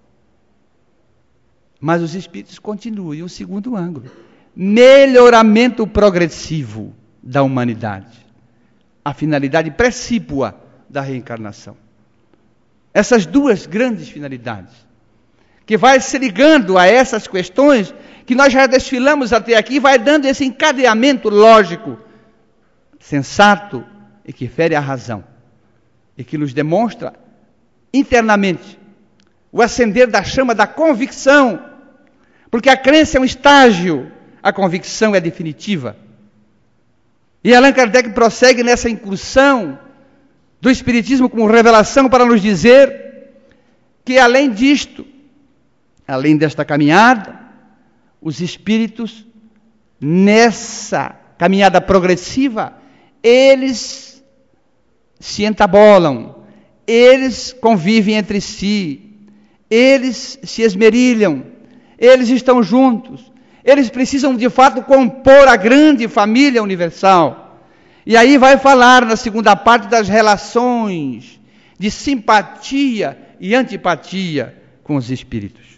Mas os espíritos continuam. O segundo ângulo, melhoramento progressivo da humanidade. A finalidade precípua da reencarnação. Essas duas grandes finalidades, que vai se ligando a essas questões que nós já desfilamos até aqui, vai dando esse encadeamento lógico, sensato e que fere a razão, e que nos demonstra internamente o acender da chama da convicção, porque a crença é um estágio, a convicção é definitiva. E Allan Kardec prossegue nessa incursão do Espiritismo como revelação para nos dizer que além disto, além desta caminhada, os espíritos, nessa caminhada progressiva, eles se entabolam, eles convivem entre si, eles se esmerilham, eles estão juntos, eles precisam de fato compor a grande família universal. E aí vai falar na segunda parte das relações de simpatia e antipatia com os espíritos.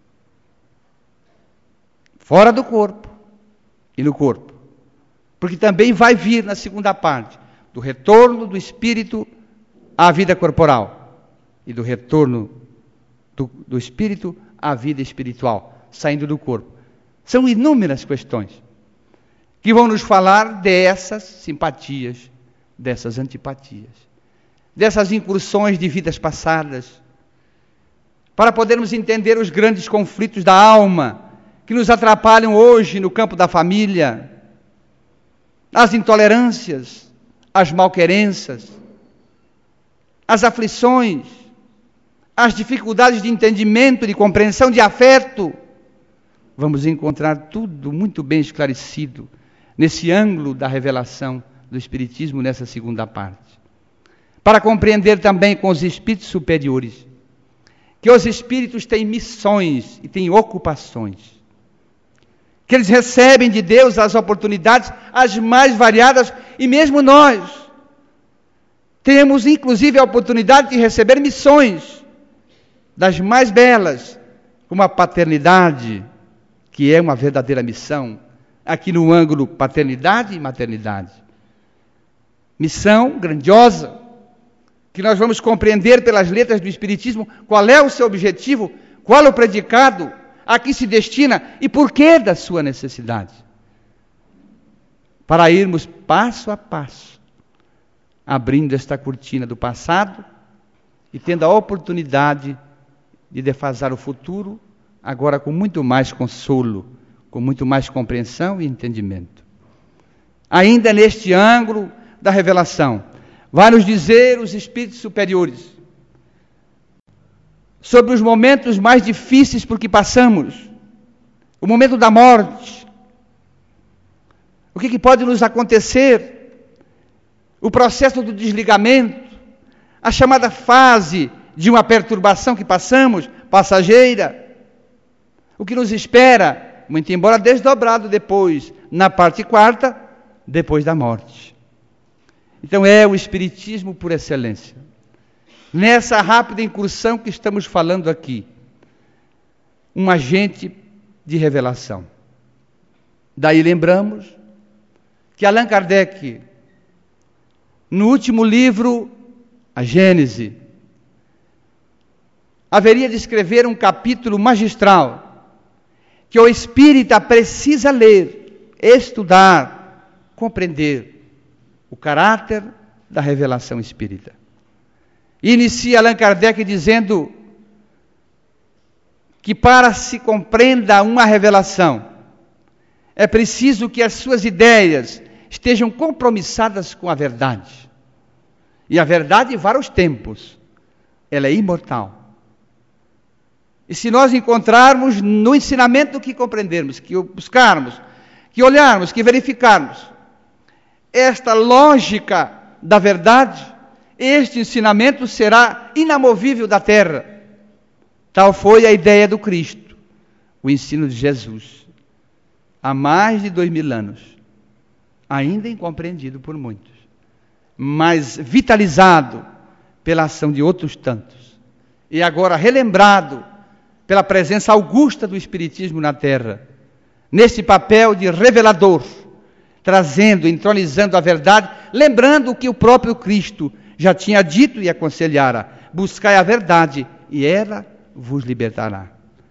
Fora do corpo e no corpo. Porque também vai vir na segunda parte do retorno do espírito à vida corporal e do retorno do, do espírito à vida espiritual, saindo do corpo. São inúmeras questões que vão nos falar dessas simpatias, dessas antipatias, dessas incursões de vidas passadas, para podermos entender os grandes conflitos da alma que nos atrapalham hoje no campo da família, as intolerâncias, as malquerenças, as aflições, as dificuldades de entendimento, de compreensão, de afeto. Vamos encontrar tudo muito bem esclarecido nesse ângulo da revelação do Espiritismo, nessa segunda parte. Para compreender também com os espíritos superiores, que os espíritos têm missões e têm ocupações, que eles recebem de Deus as oportunidades as mais variadas, e mesmo nós temos inclusive a oportunidade de receber missões das mais belas, como a paternidade, que é uma verdadeira missão, aqui no ângulo paternidade e maternidade. Missão grandiosa, que nós vamos compreender pelas letras do Espiritismo qual é o seu objetivo, qual é o predicado, a que se destina e por que da sua necessidade. Para irmos passo a passo, abrindo esta cortina do passado e tendo a oportunidade de defasar o futuro, agora com muito mais consolo, com muito mais compreensão e entendimento. Ainda neste ângulo da revelação, vai nos dizer os espíritos superiores sobre os momentos mais difíceis por que passamos, o momento da morte, o que, que pode nos acontecer, o processo do desligamento, a chamada fase de uma perturbação que passamos, passageira, o que nos espera, muito embora desdobrado depois, na parte quarta, depois da morte. Então é o Espiritismo por excelência. Nessa rápida incursão que estamos falando aqui, um agente de revelação. Daí lembramos que Allan Kardec, no último livro, a Gênese, haveria de escrever um capítulo magistral que o espírita precisa ler, estudar, compreender o caráter da revelação espírita. Inicia Allan Kardec dizendo que para se compreenda uma revelação, é preciso que as suas ideias estejam compromissadas com a verdade. E a verdade vara os tempos, ela é imortal. E se nós encontrarmos no ensinamento que compreendermos, que buscarmos, que olharmos, que verificarmos, esta lógica da verdade, este ensinamento será inamovível da terra. Tal foi a ideia do Cristo, o ensino de Jesus, há mais de dois mil anos, ainda incompreendido por muitos, mas vitalizado pela ação de outros tantos, e agora relembrado pela presença augusta do Espiritismo na terra, nesse papel de revelador, trazendo, entronizando a verdade, lembrando o que o próprio Cristo já tinha dito e aconselhara: buscai a verdade e ela vos libertará.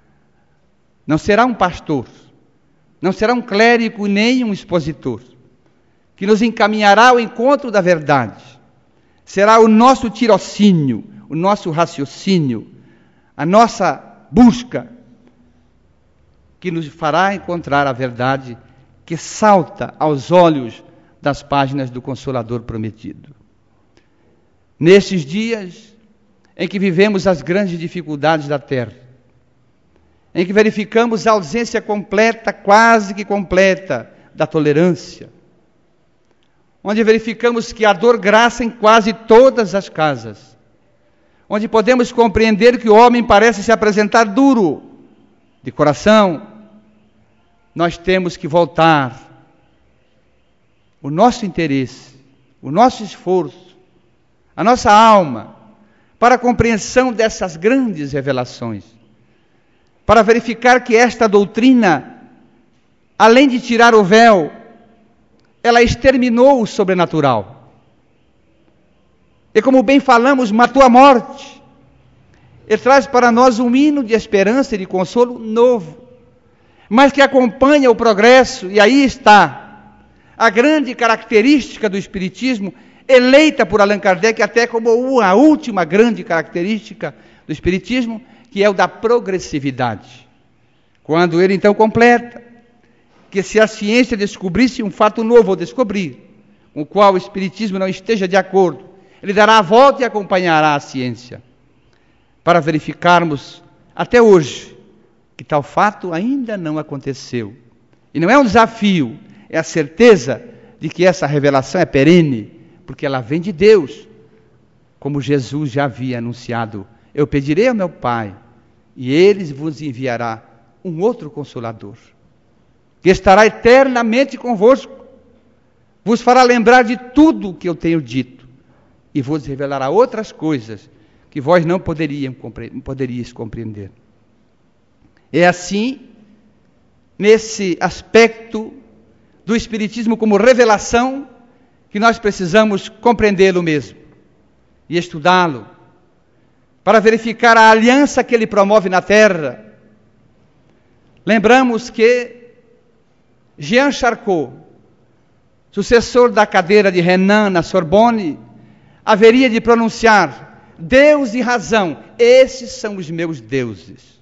Não será um pastor, não será um clérigo nem um expositor que nos encaminhará ao encontro da verdade. Será o nosso tirocínio, o nosso raciocínio, a nossa busca que nos fará encontrar a verdade que salta aos olhos das páginas do Consolador prometido. Nesses dias em que vivemos as grandes dificuldades da terra, em que verificamos a ausência completa, quase que completa, da tolerância, onde verificamos que a dor graça em quase todas as casas, onde podemos compreender que o homem parece se apresentar duro, de coração, nós temos que voltar o nosso interesse, o nosso esforço, a nossa alma, para a compreensão dessas grandes revelações, para verificar que esta doutrina, além de tirar o véu, ela exterminou o sobrenatural. E como bem falamos, matou a morte. E traz para nós um hino de esperança e de consolo novo, mas que acompanha o progresso, e aí está a grande característica do Espiritismo, eleita por Allan Kardec até como a última grande característica do Espiritismo, que é o da progressividade. Quando ele então completa que se a ciência descobrisse um fato novo, ou descobrir, com o qual o Espiritismo não esteja de acordo, ele dará a volta e acompanhará a ciência, para verificarmos até hoje que tal fato ainda não aconteceu. E não é um desafio, é a certeza de que essa revelação é perene, porque ela vem de Deus, como Jesus já havia anunciado: eu pedirei ao meu Pai, e Ele vos enviará um outro Consolador, que estará eternamente convosco, vos fará lembrar de tudo o que eu tenho dito, e vos revelará outras coisas que vós não poderiam, poderíeis compreender. É assim, nesse aspecto do Espiritismo como revelação, que nós precisamos compreendê-lo mesmo. e estudá-lo, para verificar a aliança que ele promove na terra. Lembramos que Jean Charcot, sucessor da cadeira de Renan na Sorbonne, haveria de pronunciar: Deus e razão, esses são os meus deuses.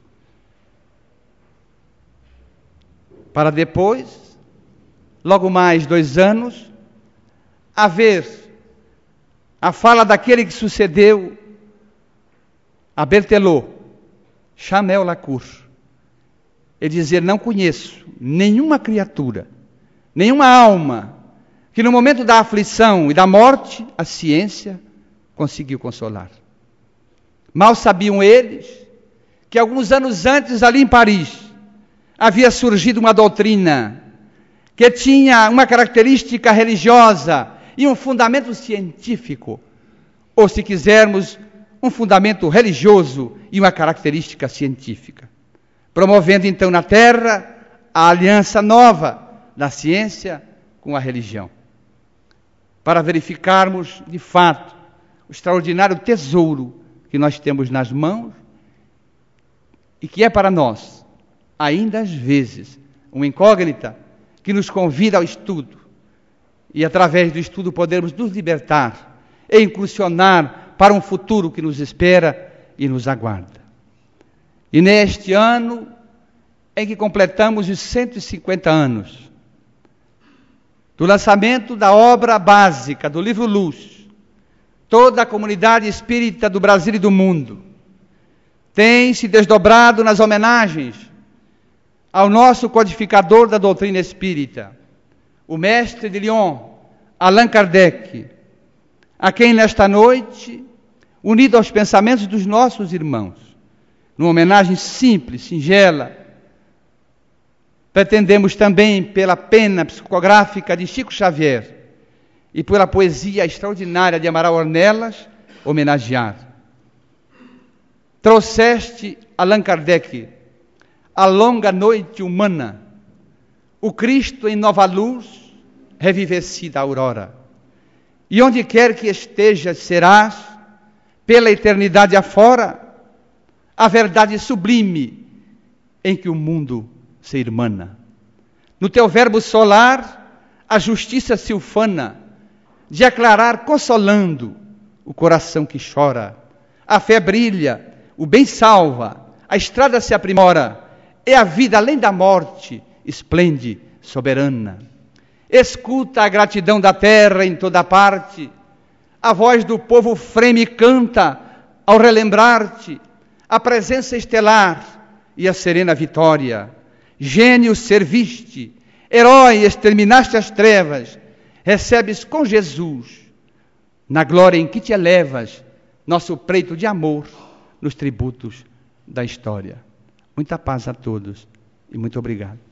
Para depois, logo mais dois anos, haver a fala daquele que sucedeu a Berthelot, Chamel Lacour, e dizer: não conheço nenhuma criatura, nenhuma alma, que no momento da aflição e da morte, a ciência conseguiu consolar. Mal sabiam eles que alguns anos antes, ali em Paris, havia surgido uma doutrina que tinha uma característica religiosa e um fundamento científico, ou, se quisermos, um fundamento religioso e uma característica científica, promovendo então na terra a aliança nova da ciência com a religião, para verificarmos de fato o extraordinário tesouro que nós temos nas mãos e que é para nós, ainda às vezes, uma incógnita que nos convida ao estudo, e através do estudo podermos nos libertar e incursionar para um futuro que nos espera e nos aguarda. E neste ano em que completamos os cento e cinquenta anos do lançamento da obra básica do livro Luz, toda a comunidade espírita do Brasil e do mundo tem se desdobrado nas homenagens ao nosso codificador da doutrina espírita, o mestre de Lyon, Allan Kardec, a quem nesta noite, unido aos pensamentos dos nossos irmãos, numa homenagem simples, singela, pretendemos também, pela pena psicográfica de Chico Xavier e pela poesia extraordinária de Amaral Ornelas, homenagear. Trouxeste, Allan Kardec, a longa noite humana, o Cristo em nova luz, revivecida a aurora. E onde quer que estejas, serás, pela eternidade afora, a verdade sublime em que o mundo se irmana. No teu verbo solar, a justiça se ufana, de aclarar consolando o coração que chora. A fé brilha, o bem salva, a estrada se aprimora, e a vida além da morte esplende soberana. Escuta a gratidão da terra em toda parte, a voz do povo freme e canta ao relembrar-te a presença estelar e a serena vitória. Gênio serviste, herói exterminaste as trevas, recebes com Jesus, na glória em que te elevas, nosso preito de amor nos tributos da história. Muita paz a todos e muito obrigado.